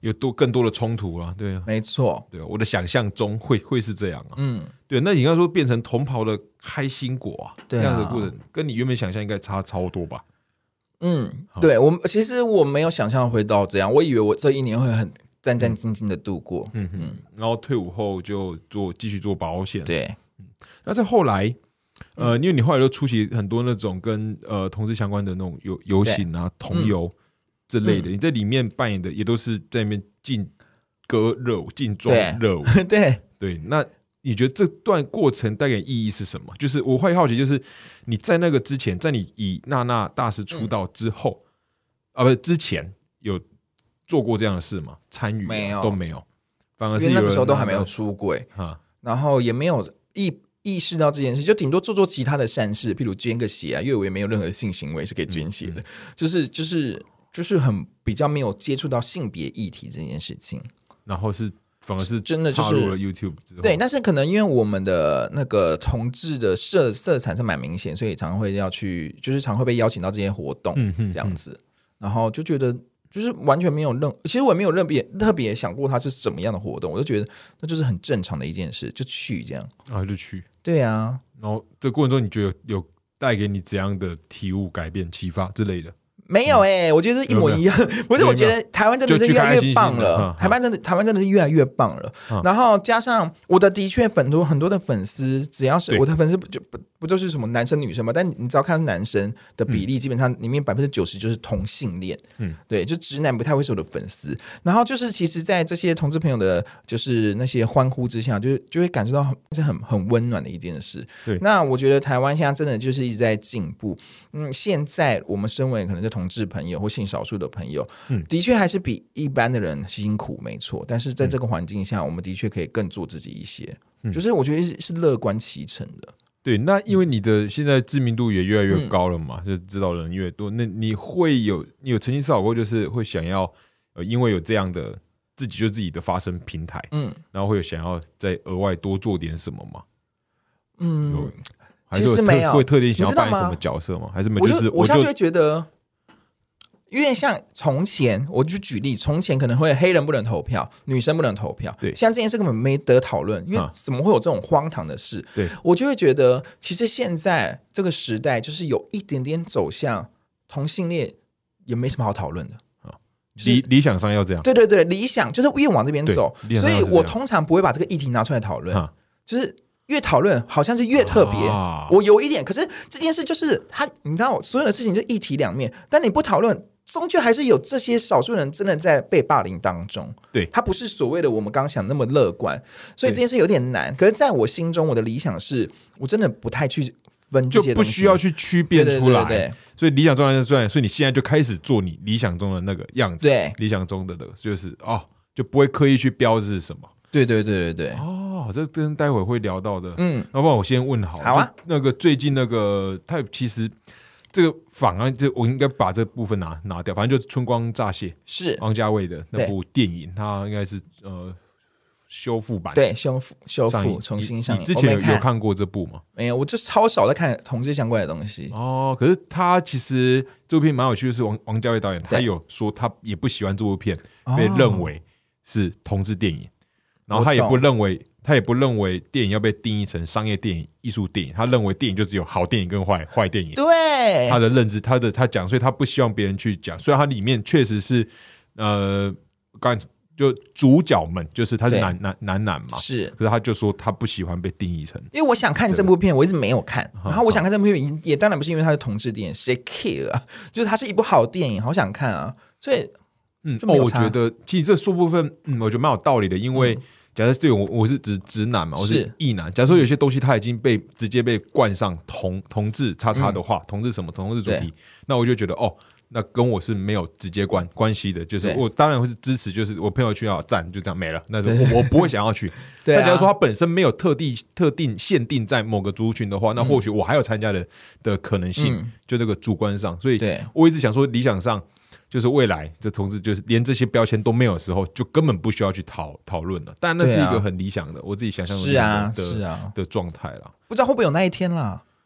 有多更多的冲突啊，对啊， 没错， 对啊，我的想象中会会是这样啊， 嗯， 对，那你刚说变成同袍的开心果啊， 对啊这样的过程跟你原本想象应该差超多吧？ 嗯，对我其实我没有想象会到这样，我以为我这一年会很战战兢兢的度过， 嗯嗯，然后退伍后就做继续做保险， 对， 嗯，那在后来。呃，因为你后来都出席很多那种跟呃同志相关的那种游游行啊、同游之类的，嗯、你在里面扮演的也都是在那边劲歌热舞、劲装热舞。 对对，那你觉得这段过程带给你意义是什么？就是我会好奇，就是你在那个之前，在你以娜娜大师出道之后，嗯、啊，不是之前有做过这样的事吗？参与没有都没有，反而是因为那个时候都还没有出柜，然后也没有意。意识到这件事，就顶多做做其他的善事，譬如捐个血啊，因为我也没有任何性行为是可以捐血的，嗯、就是就是就是很比较没有接触到性别议题这件事情， 然后是反而是真的就是踏入了 YouTube 之后， 对，但是可能因为我们的那个同志的色色彩是蛮明显，所以常会要去，就是常会被邀请到这些活动，嗯哼，这样子，然后就觉得。就是完全没有任，其实我也没有特别特别想过它是什么样的活动，我就觉得那就是很正常的一件事，就去这样啊，就去， 对啊。 然后这过程中，你觉得有带给你怎样的体悟、改变、启发之类的？ 没有哎、欸，我觉得是一模一样。不是，我觉得台湾真的是越来越棒了。台湾真的，台湾真的是越来越棒了。然后加上我的的确很多很多的粉丝，只要是我的粉丝就不不就是什么男生女生嘛？但你只要看男生的比例，基本上里面百分之九十就是同性恋。嗯，对，就直男不太会是我的粉丝。然后就是其实，在这些同志朋友的，就是那些欢呼之下，就就会感受到是很很温暖的一件事。 对， 那我觉得台湾现在真的就是一直在进步。嗯，现在我们身为可能是同志朋友或性少数的朋友，嗯，的确还是比一般的人辛苦，没错。但是在这个环境下，我们的确可以更做自己一些，嗯、就是我觉得是乐观其成的。 对，那因为你的现在知名度也越来越高了嘛，嗯、就知道人越多，那你会有你有曾经思考过，就是会想要呃，因为有这样的自己就自己的发声平台，嗯，然后会有想要再额外多做点什么吗？嗯。 其实没有会特地想要扮演什么角色吗？还是没有？就是我现在就会觉得，因为像从前，我就举例，从前可能会黑人不能投票，女生不能投票，对，现在这件事根本没得讨论，因为怎么会有这种荒唐的事？对，我就会觉得，其实现在这个时代就是有一点点走向同性恋，也没什么好讨论的。 就是、理理想上要这样， 对对对，理想就是越往这边走，所以我通常不会把这个议题拿出来讨论，就是。越讨论好像是越特别、啊，我有一点，可是这件事就是他，你知道，所有的事情就一体两面，但你不讨论，终究还是有这些少数人真的在被霸凌当中。对，他不是所谓的我们刚想那么乐观，所以这件事有点难。可是在我心中，我的理想是我真的不太去分这些东西， 就不需要去区辨出来。 对对对对， 所以理想状态是这样，所以你现在就开始做你理想中的那个样子。 对， 理想中的那个就是哦，就不会刻意去标示什么。 对对对对对， 哦，这跟待会会聊到的，嗯，要不然我先问好， 好啊。 那个最近那个，他其实这个访啊，这我应该把这部分拿拿掉，反正就是《春光乍泄》 是王家卫的那部电影，它应该是呃修复版， 对，修复修复重新上映。 你之前 有, 有看过这部吗？ 没有，我就超少在看同志相关的东西。 哦，可是他其实这部片蛮有趣的是王，王家卫导演他有说他也不喜欢这部片被认为是同志电影。然后他也不认为，他也不认为电影要被定义成商业电影、艺术电影。他认为电影就只有好电影跟坏坏电影。 对， 他的认知，他的他讲，所以他不希望别人去讲。虽然他里面确实是，呃，刚就主角们就是他是男男男男嘛， 是， 可是他就说他不喜欢被定义成。 因为我想看这部片，我一直没有看。然后我想看这部片，也当然不是因为它是同志电影，谁 care 啊？就是它是一部好电影，好想看啊，所以。 嗯，哦，我觉得其实这说部分，嗯，我觉得蛮有道理的，因为假设对我我是直直男嘛，我是异男，假设有些东西它已经被直接被冠上同同志叉叉的话，嗯、同志什么同志主题，那我就觉得哦，那跟我是没有直接关关系的，就是我当然会是支持，就是我朋友去要赞就这样没了，那我我不会想要去。但假如说他本身没有特地特定限定在某个族群的话，那或许我还有参加的的可能性，嗯、就这个主观上，所以我一直想说理想上。就是未来这同志就是连这些标签都没有的时候，就根本不需要去讨讨论了。但那是一个很理想的，啊、我自己想象的是啊是啊的状态啦。 不知道会不会有那一天啦？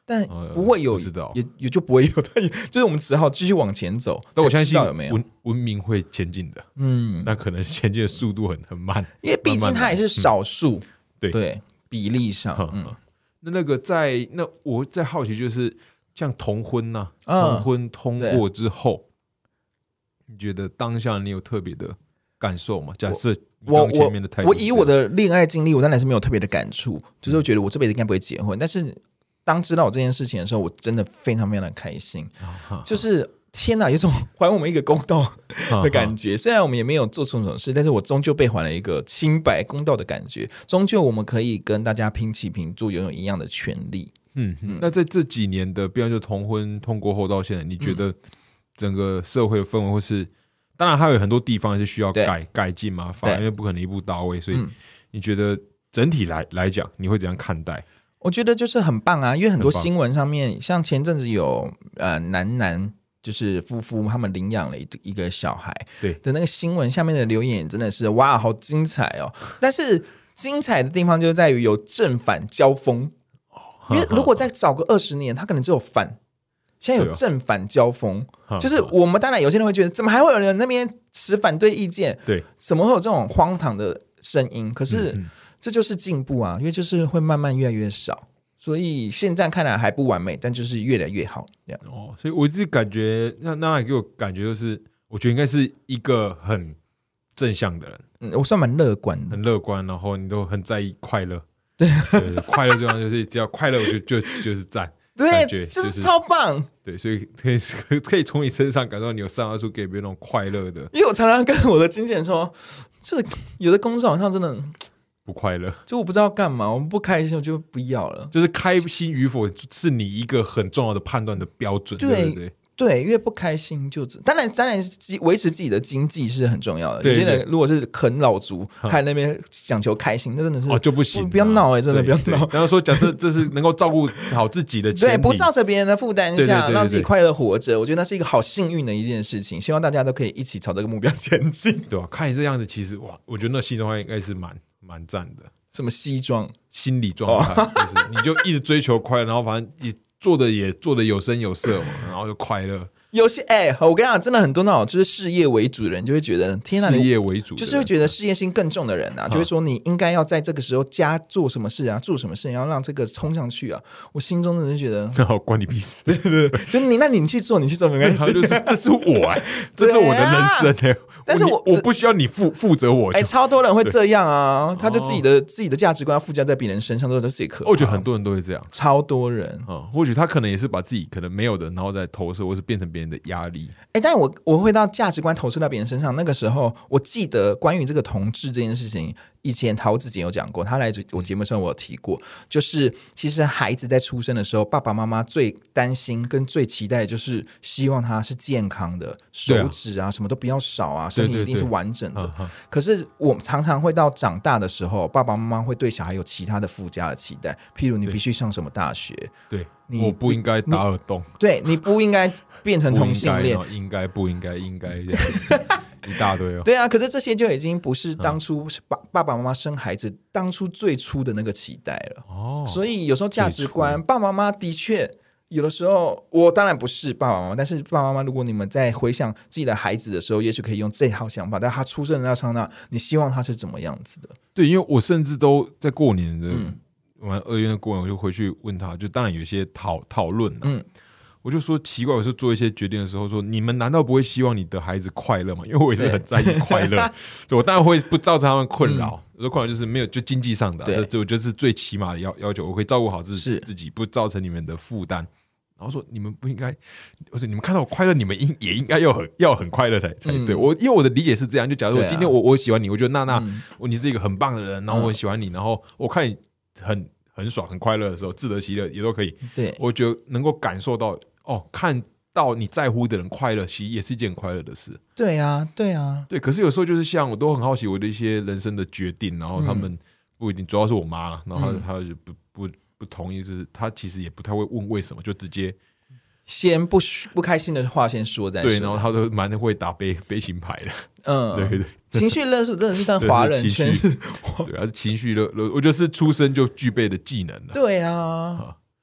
但不会有， 呃、 也也就不会有，就是我们只好继续往前走。 但我相信有没有文, 文明会前进的，嗯，但可能前进的速度很很慢， 因为毕竟它也是少数，嗯、 对对，比例上，嗯，嗯那那个在那我在好奇就是像同婚呐、啊，同婚通过之后，你觉得当下你有特别的感受吗？假设我我我以我的恋爱经历，我当然是没有特别的感触，就是觉得我这辈子应该不会结婚，但是。当知道我这件事情的时候，我真的非常非常的开心，就是天哪，有种还我们一个公道的感觉。虽然我们也没有做错什么事，但是我终究被还了一个清白公道的感觉。终究我们可以跟大家平起平坐，拥有一样的权利。 嗯嗯。那在这几年的，比方就同婚通过后到现在，你觉得整个社会的氛围，或是当然还有很多地方是需要改改进嘛？法律不可能一步到位，所以你觉得整体来来讲，你会怎样看待？ 我觉得就是很棒啊，因为很多新闻上面，像前阵子有呃男男就是夫妇他们领养了一一个小孩， 对的那个新闻下面的留言真的是哇，好精彩哦！但是精彩的地方就在于有正反交锋，因为如果再早个二十年，他可能只有反，现在有正反交锋，就是我们当然有些人会觉得，怎么还会有人那边持反对意见？ 对， 怎么会有这种荒唐的声音？可是。嗯嗯这就是进步啊，因为就是会慢慢越来越少，所以现在看来还不完美，但就是越来越好这样。 哦，所以我自己感觉，那那给我感觉就是，我觉得应该是一个很正向的人， 嗯，我算蛮乐观的， 很乐观，然后你都很在意快乐，对，对对快乐最重要，就是只要快乐，我就就就是赞， 对，就是、就是超棒， 对，所以可以可以从你身上感受到你有散发出给别人那种快乐的。 因为我常常跟我的经纪人说，就是有的工作好像真的。 不快乐， 就我不知道干嘛，我们不开心我就不要了。 就是开心与否是你一个很重要的判断的标准，对对对。 对，因为不开心就当然当然维持自己的经济是很重要的。有些人如果是啃老族，还那边讲求开心，那真的是哦就不行、啊， 不要闹哎、欸，真的不要闹。 然后说，假设这是能够照顾好自己的前提， 对，不造成别人的负担下，对对对对对，让自己快乐活着，我觉得那是一个好幸运的一件事情。希望大家都可以一起朝这个目标前进， 对吧、啊？看你这样子，其实哇，我觉得那西装应该是蛮蛮赞的。 什么西装？ 心理状态、哦，就是你就一直追求快乐，然后反正你做的也做的有声有色嘛，然后就快乐。 有些哎、欸，我跟你讲，真的很多那种就是事业为主的人，就会觉得天哪， 事业为主， 就是会觉得事业心更重的人啊，就会说你应该要在这个时候加做什么事啊，做什么事，要让这个冲上去啊。我心中真的觉得， 好关你屁事， 对对对，就你那你去做，你去做没关系， 就是这是我、欸，这是我的人生哎、欸。 但是我我不需要你负负责我， 哎、欸，超多人会这样啊，他就自己的、哦、自己的价值观要附加在别人身上，都是自己可怕。 我觉得很多人都会这样， 超多人， 嗯，或许他可能也是把自己可能没有的，然后再投射，或是变成别人的压力。 哎、欸，但我我会到价值观投射到别人身上。那个时候，我记得关于这个同志这件事情，以前陶子姐有讲过，她来我节目上我有提过，就是其实孩子在出生的时候，爸爸妈妈最担心跟最期待的就是希望他是健康的，手指啊什么都不要少啊，身体一定是完整的。对对对，可是我常常会到长大的时候，爸爸妈妈会对小孩有其他的附加的期待，譬如你必须上什么大学， 对，你我不应该打耳洞， 对，你不应该变成同性恋， 应该不应该应该一大堆哦。 对啊，可是这些就已经不是当初爸爸爸妈妈生孩子当初最初的那个期待了。哦，所以有时候价值观，爸爸妈妈的确有的时候，我当然不是爸爸妈妈，但是爸爸妈妈，如果你们在回想自己的孩子的时候，也许可以用这套想法，但他出生的那刹那，你希望他是怎么样子的？ 对，因为我甚至都在过年的完二月的过年，我就回去问他，就当然有一些讨讨论啊。嗯，我就说奇怪，我是做一些决定的时候说，你们难道不会希望你的孩子快乐吗？因为我也是很在意快乐，我当然会不造成他们困扰。我说困扰就是没有就经济上的、啊，这我觉得是最起码的要要求，我会照顾好自己，自己不造成你们的负担。然后说你们不应该，而且你们看到我快乐，你们应也应该要很要很快乐才才对。嗯、我因为我的理解是这样，就假如我今天我、啊、我喜欢你，我觉得娜娜、嗯、你是一个很棒的人，然后我喜欢你，然后我看你很很爽很快乐的时候，自得其乐也都可以。 对， 我觉得能够感受到哦，看到你在乎的人快乐，其实也是一件很快乐的事。 对啊，对啊， 对。可是有时候就是像我都很好奇我的一些人生的决定，然后他们不一定，嗯、主要是我妈啦，然后她她就不不不同意，就是她其实也不太会问为什么，就直接先不不开心的话先说再说。 对，然后她都蛮会打悲悲情牌的。嗯，对对。 情绪勒索真的是在华人圈， 对啊，是情绪勒勒，我觉得是出生就具备的技能了。 对啊。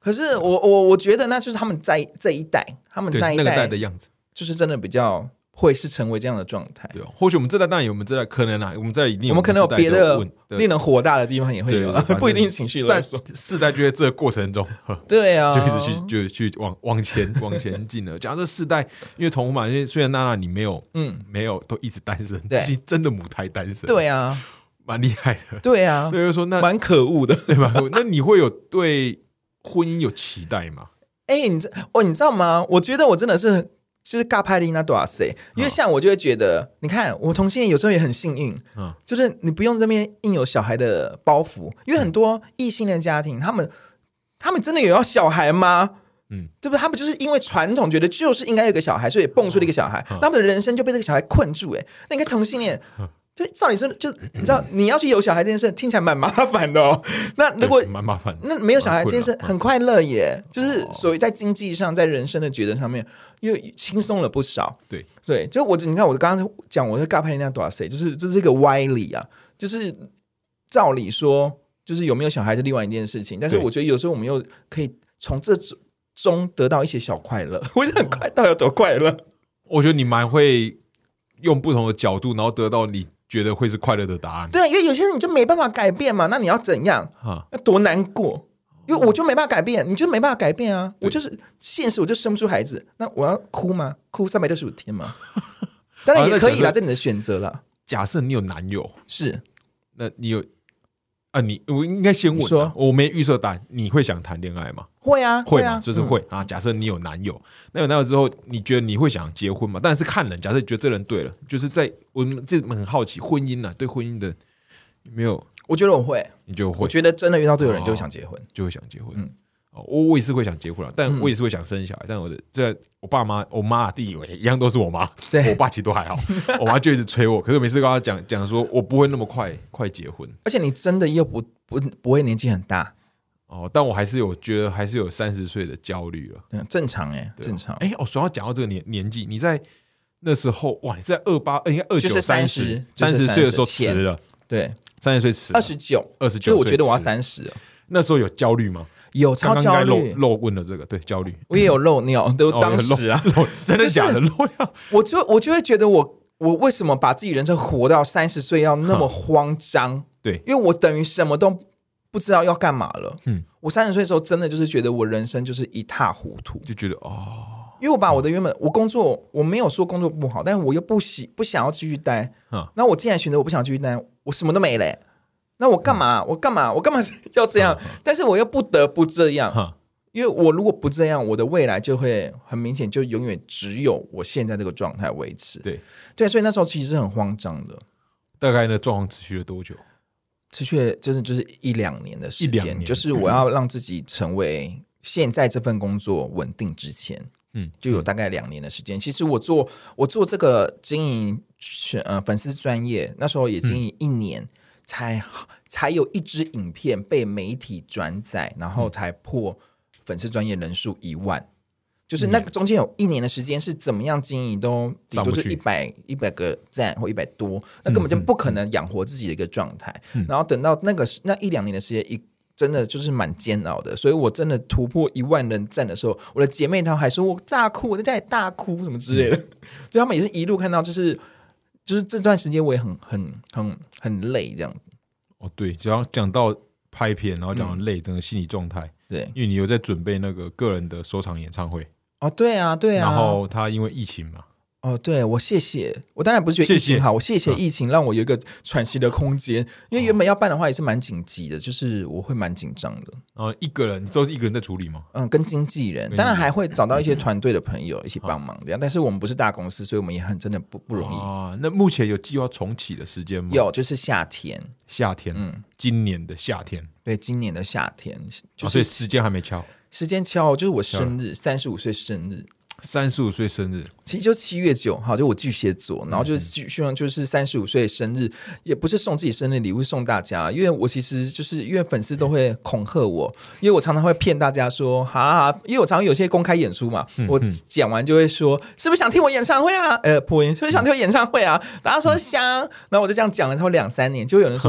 可是我我我觉得那就是他们在这一代，他们那一代、 那个代的样子， 就是真的比较会是成为这样的状态。 对、哦，或许我们这代当然有，我们这代可能啊，我们这代一定有， 我们可能有别的令人火大的地方也会有啦，不一定情绪勒索。 但世代就在这个过程中， 对啊， 就一直去就去往往前往前进了。假设世代，因为同婚嘛，因为虽然娜娜你没有，嗯，没有都一直单身，对，真的母胎单身， 对啊， 蛮厉害的， 对啊， 对，就说那蛮可恶的， 对吧？那你会有对婚姻有期待吗？ 哎、欸，你知哦，你知道吗？我觉得我真的是就是尬拍丽那多少岁，因为像我就会觉得，哦、你看我同性恋有时候也很幸运，嗯，就是你不用这边硬有小孩的包袱，因为很多异性恋家庭，他们他们真的有要小孩吗？嗯，对不对？他们就是因为传统觉得就是应该有个小孩，所以蹦出了一个小孩，嗯、他们的人生就被这个小孩困住、欸。哎，那你看同性恋。嗯就照理说，就你知道，你要去有小孩这件事听起来蛮麻烦的哦。那如果蛮麻烦， 那没有小孩这件事很快乐耶，就是所谓在经济上，在人生的抉择上面又轻松了不少。 对对，就我你看，我刚刚讲我是尬拍那多少岁，就是这是一个歪理啊。就是照理说，就是有没有小孩是另外一件事情，但是我觉得有时候我们又可以从这中得到一些小快乐。我觉得很快，到底有多快乐？ 我觉得你蛮会用不同的角度，然后得到你觉得会是快乐的答案。 对，因为有些人你就没办法改变嘛，那你要怎样？要多难过？因为我就没办法改变，你就没办法改变啊！我就是现实，我就生不出孩子，那我要哭吗？哭三百六十五天吗？当然也可以啦，这你的选择啦。 假设你有男友， 是， 那你有啊？你我应该先问，说我没预设答案，你会想谈恋爱吗？ 会啊， 会啊，就是会、嗯、啊。假设你有男友，那有男友之后，你觉得你会想结婚吗？当然是看人。假设你觉得这人对了，就是在我们这很好奇婚姻啊，对婚姻的没有？ 我觉得我会， 你就会？ 我觉得真的遇到对的人就会想结婚，哦、 就会想结婚。嗯，哦，我我也是会想结婚了，但我也是会想生小孩。嗯、但我的这我爸妈、我妈弟以为一样都是我妈，对我爸其实都还好。我妈就一直催我，可是我每次跟她讲讲说，我不会那么快快结婚。 而且你真的又不不不会年纪很大。 哦，但我还是有觉得还是有三十岁的焦虑了， 对，正常哎、欸，正常。 哎、欸，我主要讲到这个年年纪，你在那时候哇，你在二八，应该二九三十三十岁的时候迟了， 对， 三十岁迟， 二十九， 二十九， 所以我觉得我要三十。 那时候有焦虑吗？ 有超焦虑， 漏问了这个，对，焦虑， 我也有漏尿，都当时啊， 哦、真的假的漏尿？ 我就我就会觉得我我为什么把自己人生活到三十岁要那么慌张？ 对， 因为我等于什么都不知道要干嘛了。嗯，我三十岁的时候真的就是觉得我人生就是一塌糊涂， 就觉得哦， 因为我把我的原本我工作，我没有说工作不好，但是我又不喜不想要继续待。嗯，那我既然选择我不想继续待，我什么都没了、欸。那我干嘛、嗯？我干嘛？我干嘛要这样？嗯、但是我又不得不这样、嗯，因为我如果不这样，我的未来就会很明显，就永远只有我现在这个状态维持。 对对，所以那时候其实是很慌张的。 大概呢，状况持续了多久？ 持续了就是就是一两年的时间，就是我要让自己成为现在这份工作稳定之前，嗯，就有大概两年的时间。其实我做我做这个经营呃粉丝专业，那时候也经营一年。嗯才才有一支影片被媒体转载，然后才破粉丝专页人数一万。就是那个中间有一年的时间是怎么样经营都顶多就一百一百个赞或一百多，那根本就不可能养活自己的一个状态。嗯、然后等到那个那一两年的时间，一真的就是蛮煎熬的。所以我真的突破一万人赞的时候，我的姐妹她还说我大哭，我在家里大哭什么之类的。嗯、所以他们也是一路看到就是。就是这段时间我也很很很很累，这样哦，对，只要讲到拍片，然后讲到累，整个心理状态， 对， 因为你有在准备那个个人的首场演唱会， 哦，对啊，对啊， 然后他因为疫情嘛。 哦，对，我谢谢，我当然不是觉得疫情好，谢谢我谢谢疫情让我有一个喘息的空间，嗯、因为原本要办的话也是蛮紧急的，就是我会蛮紧张的。 哦，一个人，你都是一个人在处理吗？ 嗯，跟经纪人，当然还会找到一些团队的朋友一起帮忙这样，但是我们不是大公司，所以我们也很真的不不容易。 哦，那目前有计划重启的时间吗？ 有，就是夏天， 夏天，嗯，今年的夏天， 对，今年的夏天，就是、 哦、所以时间还没敲， 时间敲，就是我生日，三十五岁生日。 三十五岁生日， 其实就七月九号，就我巨蟹座，然后就希望就是三十五岁生日，也不是送自己生日礼物，是送大家，因为我其实就是因为粉丝都会恐吓我，因为我常常会骗大家说，哈哈，因为我常常有些公开演出嘛，嗯、我讲完就会说，是不是想听我演唱会啊？呃，破音，是不是想听我演唱会啊？大家说想，然后我就这样讲了，差不多两三年，就有人说。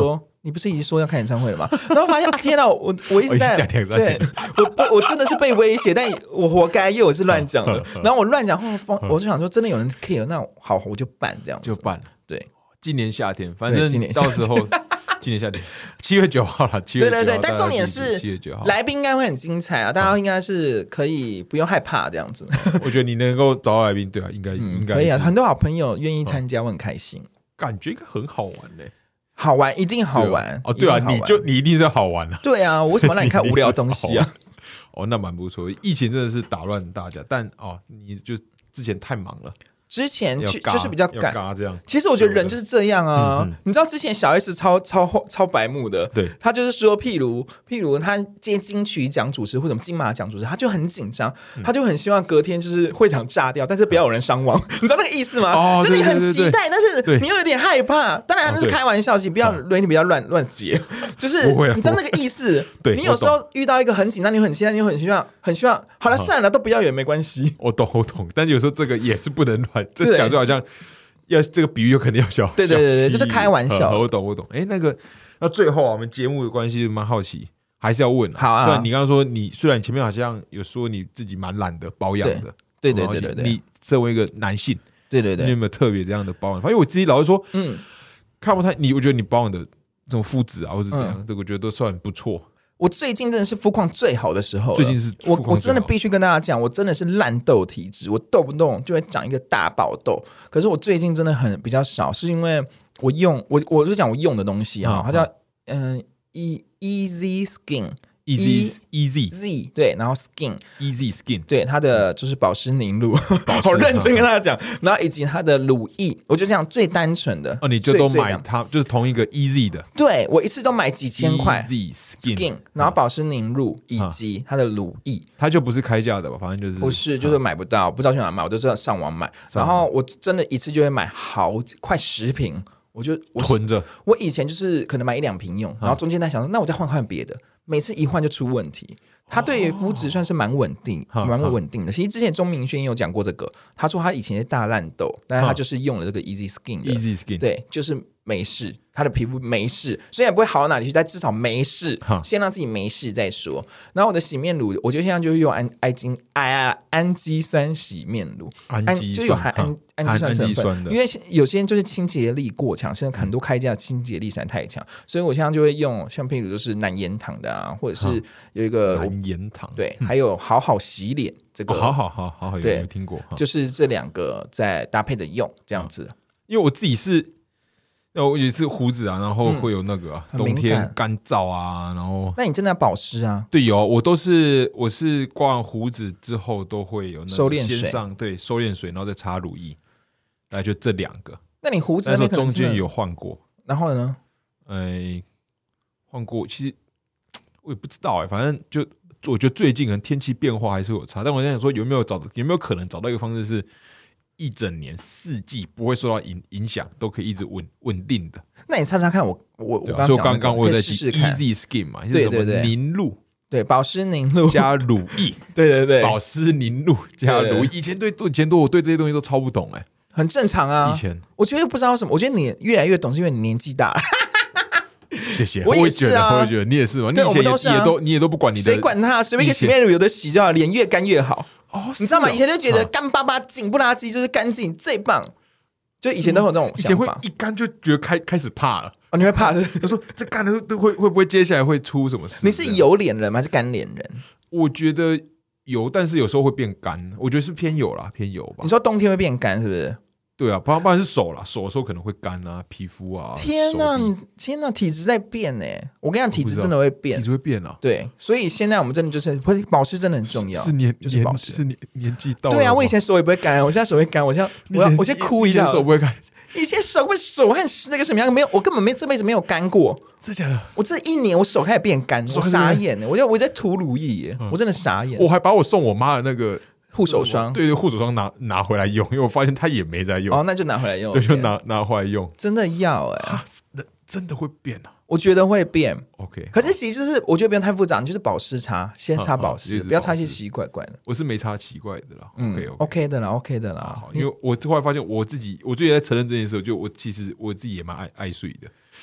你不是已经说要开演唱会了吗？然后发现啊，天哪，我我一直在对我我真的是被威胁，但我活该，因为我是乱讲的。然后我乱讲后，我就想说，真的有人 care， 那好，我就办这样子， 就办。 对， 今年夏天，反正到时候。今年夏天七月九号了，七月九号。 对对对，但重点是来宾应该会很精彩啊，大家应该是可以不用害怕这样子。 我觉得你能够找到来宾，对啊，应该、嗯、应该可以啊，很多好朋友愿意参加，我很开心。 感觉应该很好玩嘞、欸， 好玩一定好玩哦，对啊，你就你一定是好玩啊。 对啊，我为什么让你看无聊的东西啊？ 哦，那蛮不错。疫情真的是打乱大家，但哦，你就之前太忙了。 之前就就是比较赶， 这样。 其实我觉得人就是这样啊。嗯、你知道之前小 S 超超超白目的， 对， 他就是说，譬如譬如他接金曲奖主持或者金马奖主持，他就很紧张，嗯、他就很希望隔天就是会场炸掉，但是不要有人伤亡，你知道那个意思吗？哦、就你很期待，但是你又有点害怕。当然那是开玩笑，你不要轮你不要乱乱接，就是你知道那个意思。 对， 你有时候遇到一个很紧张，你很期待，你很希望很希望，好了算了，都不要也没关系。 我懂我懂，但有时候这个也是不能乱。这讲就好像要这个比喻有可能要小， 对对对对，就是开玩笑。 我懂我懂。哎，那个那最后啊，我们节目的关系蛮好奇，还是要问、啊。 好啊。 虽然你刚刚说你，虽然你前面好像有说你自己蛮懒的保养的， 对对对对对。 你身为一个男性， 对对对， 你有没有特别这样的保养？因为我自己老是说，嗯，看不太你，我觉得你保养的这种肤质啊，或是怎样，这、嗯、我觉得都算不错。 我最近真的是肤况最好的时候了， 最近是我我真的必须跟大家讲，我真的是烂痘体质，我动不动就会长一个大爆痘。可是我最近真的很比较少，是因为我用我我就讲我用的东西哈，它叫嗯、呃、E Easy Skin。Easy Easy Z 对，然后 Skin Easy Skin 对它的就是保湿凝露，好认真跟大家讲，然后以及它的乳液，我就这样最单纯的哦，你就都买它，就是同一个 Easy 的， 对我一次都买几千块 Easy Skin，, Skin 然后保湿凝露以及它的乳液， 它就不是开价的吧？反正就是不是，就是买不到，不知道去哪买，我就知道上网买，然后我真的一次就会买好快十瓶，我就我囤着。 我以前就是可能买一两瓶用，然后中间在想说，那我再换换别的。每次一换就出问题，他对肤质算是蛮稳定、蛮、哦、稳定的。其实之前钟明轩也有讲过这个，他说他以前是大烂痘，但是他就是用了这个 Easy Skin 的 Easy Skin， 对，就是没事，他的皮肤没事，虽然不会好到哪里去，但至少没事，先让自己没事再说。然后我的洗面乳，我觉得现在就是用氨氨基氨氨基酸洗面乳， 氨基就有含氨氨基酸成分，因为有些人就是清洁力过强，现在很多开价清洁力实在太强，所以我现在就会用像譬如就是南岩糖的啊，或者是有一个南岩糖， 对，还有好好洗脸这个， 哦、好好好好好有有听过， 就是这两个在搭配的用这样子。 因为我自己是，我也是胡子啊，然后会有那个、啊嗯、冬天干燥啊，然后那你真的要保湿啊？ 对，有我都是我是刮完胡子之后都会有那收敛水， 先上对收敛水，然后再擦乳液，大概就这两个。 那你胡子那边中间有换过， 然后呢？ 哎，换过，其实我也不知道哎、欸，反正就我觉得最近可能天气变化还是有差，但我在想说有没有找有没有可能找到一个方式是。一整年四季不会受到影影响，都可以一直稳稳定的。 那你猜猜看我，我我刚刚刚我有在试试看 Easy Skin 嘛， 对对对， 凝露， 对保湿凝露加乳液， 对对对， 保湿凝露加乳液。以前对以前多我对这些东西都超不懂哎、欸， 很正常啊。 以前我觉得不知道什么，我觉得你越来越懂，是因为你年纪大了。 谢谢， 我也是啊， 我也觉得你也是嘛，你以前 也, 是、啊、也都你也都不管你的， 谁管他？随便一个洗面乳有的洗就好，脸越干越好。 哦， 你知道吗？以前就觉得干巴巴、紧不拉几就是干净最棒，就以前都有这种想法。 以前会一干就觉得开开始怕了。 哦，你会怕？ 他说这干的会会不会接下来会出什么事？ 你是油脸人吗？还是干脸人？ 我觉得油，但是有时候会变干。我觉得是偏油啦，偏油吧。 你说冬天会变干是不是？ 对啊，不然不然是手啦，手的时候可能会干啊，皮肤啊。 天哪，天哪，体质在变哎、欸！我跟你讲，体质真的会变， 体质会变啊。 对，所以现在我们真的就是保湿真的很重要， 是年就是保湿， 是年年纪到了。 对啊，我以前手也不会干，我现在手会干，我现在我要我先哭一下， 手不会干。 以前手会手汗湿那个什么样，没有，我根本没这辈子没有干过。 真的假的？ 我这一年我手开始变干，我傻眼了，我就我在涂乳液耶、嗯，我真的傻眼。 我还把我送我妈的那个。 护手霜， 对对，护手霜拿拿回来用，因为我发现他也没在用。 哦，那就拿回来用。 对，就拿拿回来用。 真的要哎、欸， 真真的会变啊！ 我觉得会变。 OK， 可是其实就是我觉得不用太复杂，你就是保湿擦，先擦保湿，不要擦一些奇奇怪怪的。 我是没擦奇怪的啦。 嗯 ，OK OK 的啦 ，OK 的啦。 因为我后来发现我自己，我最近在承认这件事，就我其实我自己也蛮爱爱睡的。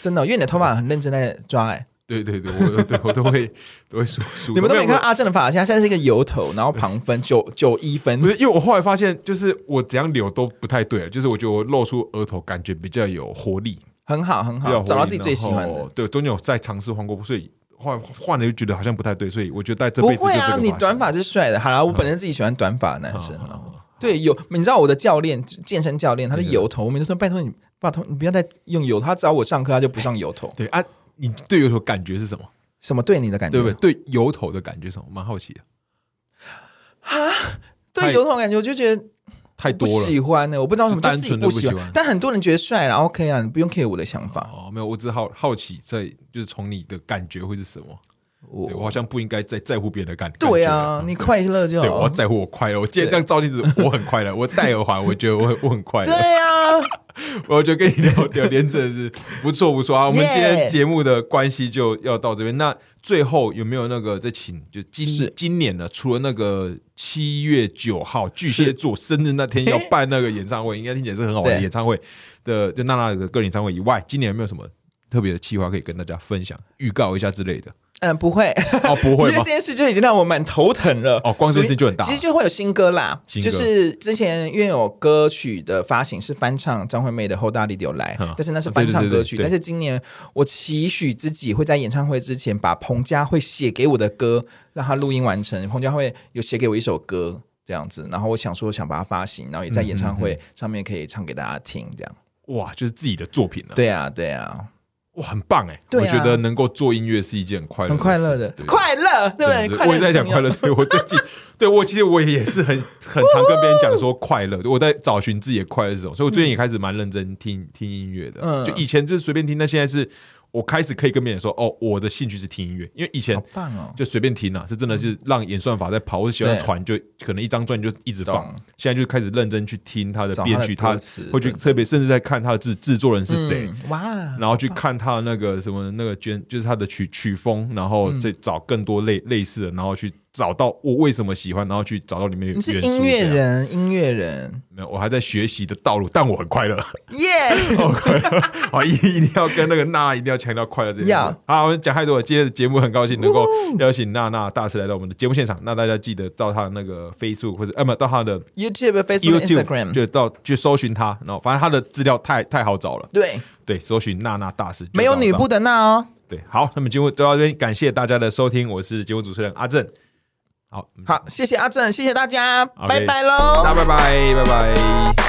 真的、哦，因为你的头发很认真在抓哎、欸。 对对对，我对我都会都会梳梳。 你们都没看到阿正的发型，他现在是一个油头，然后旁分九九一分。 不是，因为我后来发现，就是我怎样留都不太对了，就是我觉得我露出额头感觉比较有活力， 很好很好，找到自己最喜欢的。 对，中间有在尝试换过，所以换换了就觉得好像不太对，所以我觉得在这辈子就这个发型。 不会啊，你短发是帅的。好啦，我本身自己喜欢短发的男生了。对，有你知道我的教练，健身教练，他是油头，我每次说拜托你，拜托你不要再用油头。他找我上课，他就不上油头。 对啊，你对油头感觉是什么？ 什么对你的感觉？ 对不对？对油头的感觉是什么？蛮好奇的。 啊，对油头感觉我就觉得太多了， 不喜欢呢。我不知道为什么，就自己不喜欢。 喜欢但很多人觉得帅啦 ，OK 啦，你不用 care 我的想法。 哦，没有，我只是好好奇，在就是从你的感觉会是什么？我, 我好像不应该再在乎别人的感觉。 对啊，你快乐就好。 对，我要在乎我快乐。我今天这样照镜子，我很快乐。我戴耳环，我觉得我我很快乐。 对啊， 我觉得跟你聊聊天真的是不错不错啊。我们今天节目的关系就要到这边。那最后有没有那个再请就今今年呢？除了那个七月九号巨蟹座生日那天要办那个演唱会，应该听起来是很好玩的演唱会的，就娜娜的个人演唱会以外，今年有没有什么特别的企划可以跟大家分享、预告一下之类的？ 嗯，不会哦，不会吗？ 因为这件事就已经让我蛮头疼了。 哦，光这件事就很大。 其实就会有新歌啦， 新歌就是之前因为有歌曲的发行是翻唱张惠妹的《后大力有来》，但是那是翻唱歌曲。 对对对对对， 但是今年我期许自己会在演唱会之前把彭佳慧写给我的歌让他录音完成。彭佳慧有写给我一首歌这样子，然后我想说想把它发行，然后也在演唱会上面可以唱给大家听，这样。 哇，就是自己的作品了。 对啊，对啊。 哇，很棒哎、欸啊！我觉得能够做音乐是一件很快乐、 很快乐的快乐，对不对？ 对，我也在讲快乐。对我最近，对我其实我也是很很常跟别人讲说快乐，我在找寻自己的快乐是什么。所以我最近也开始蛮认真听、嗯、听音乐的。嗯，就以前就是随便听，但现在是我开始可以跟别人说，哦，我的兴趣是听音乐，因为以前就随便听啊，是真的是让演算法在跑，或者喜欢团就可能一张专辑就一直放。现在就开始认真去听他的编曲，他会去特别甚至在看他的制制作人是谁、嗯，哇，然后去看他的那个什么那个卷，就是他的曲曲风，然后再找更多类类似的，然后去找到我为什么喜欢，然后去找到里面的元素。 你是音乐人，音乐人。 没有，我还在学习的道路，但我很快乐， 耶、 yeah! 我快乐。好，一定要跟那个娜娜一定要强调快乐这件事。Yeah. 好，我们讲太多了，今天的节目很高兴能够邀请娜娜大师来到我们的节目现场。那大家记得到她的那个 Facebook 或者呃，不到她的 YouTube、Facebook、Instagram， 就到去搜寻她。然后反正她的资料太太好找了。 对对，搜寻娜娜大师， 没有女部的娜哦。 对，好，那么节目就到这边，感谢大家的收听，我是节目主持人阿正。好， 好，谢谢阿正，谢谢大家， okay, 拜拜喽， 大家拜拜，拜拜。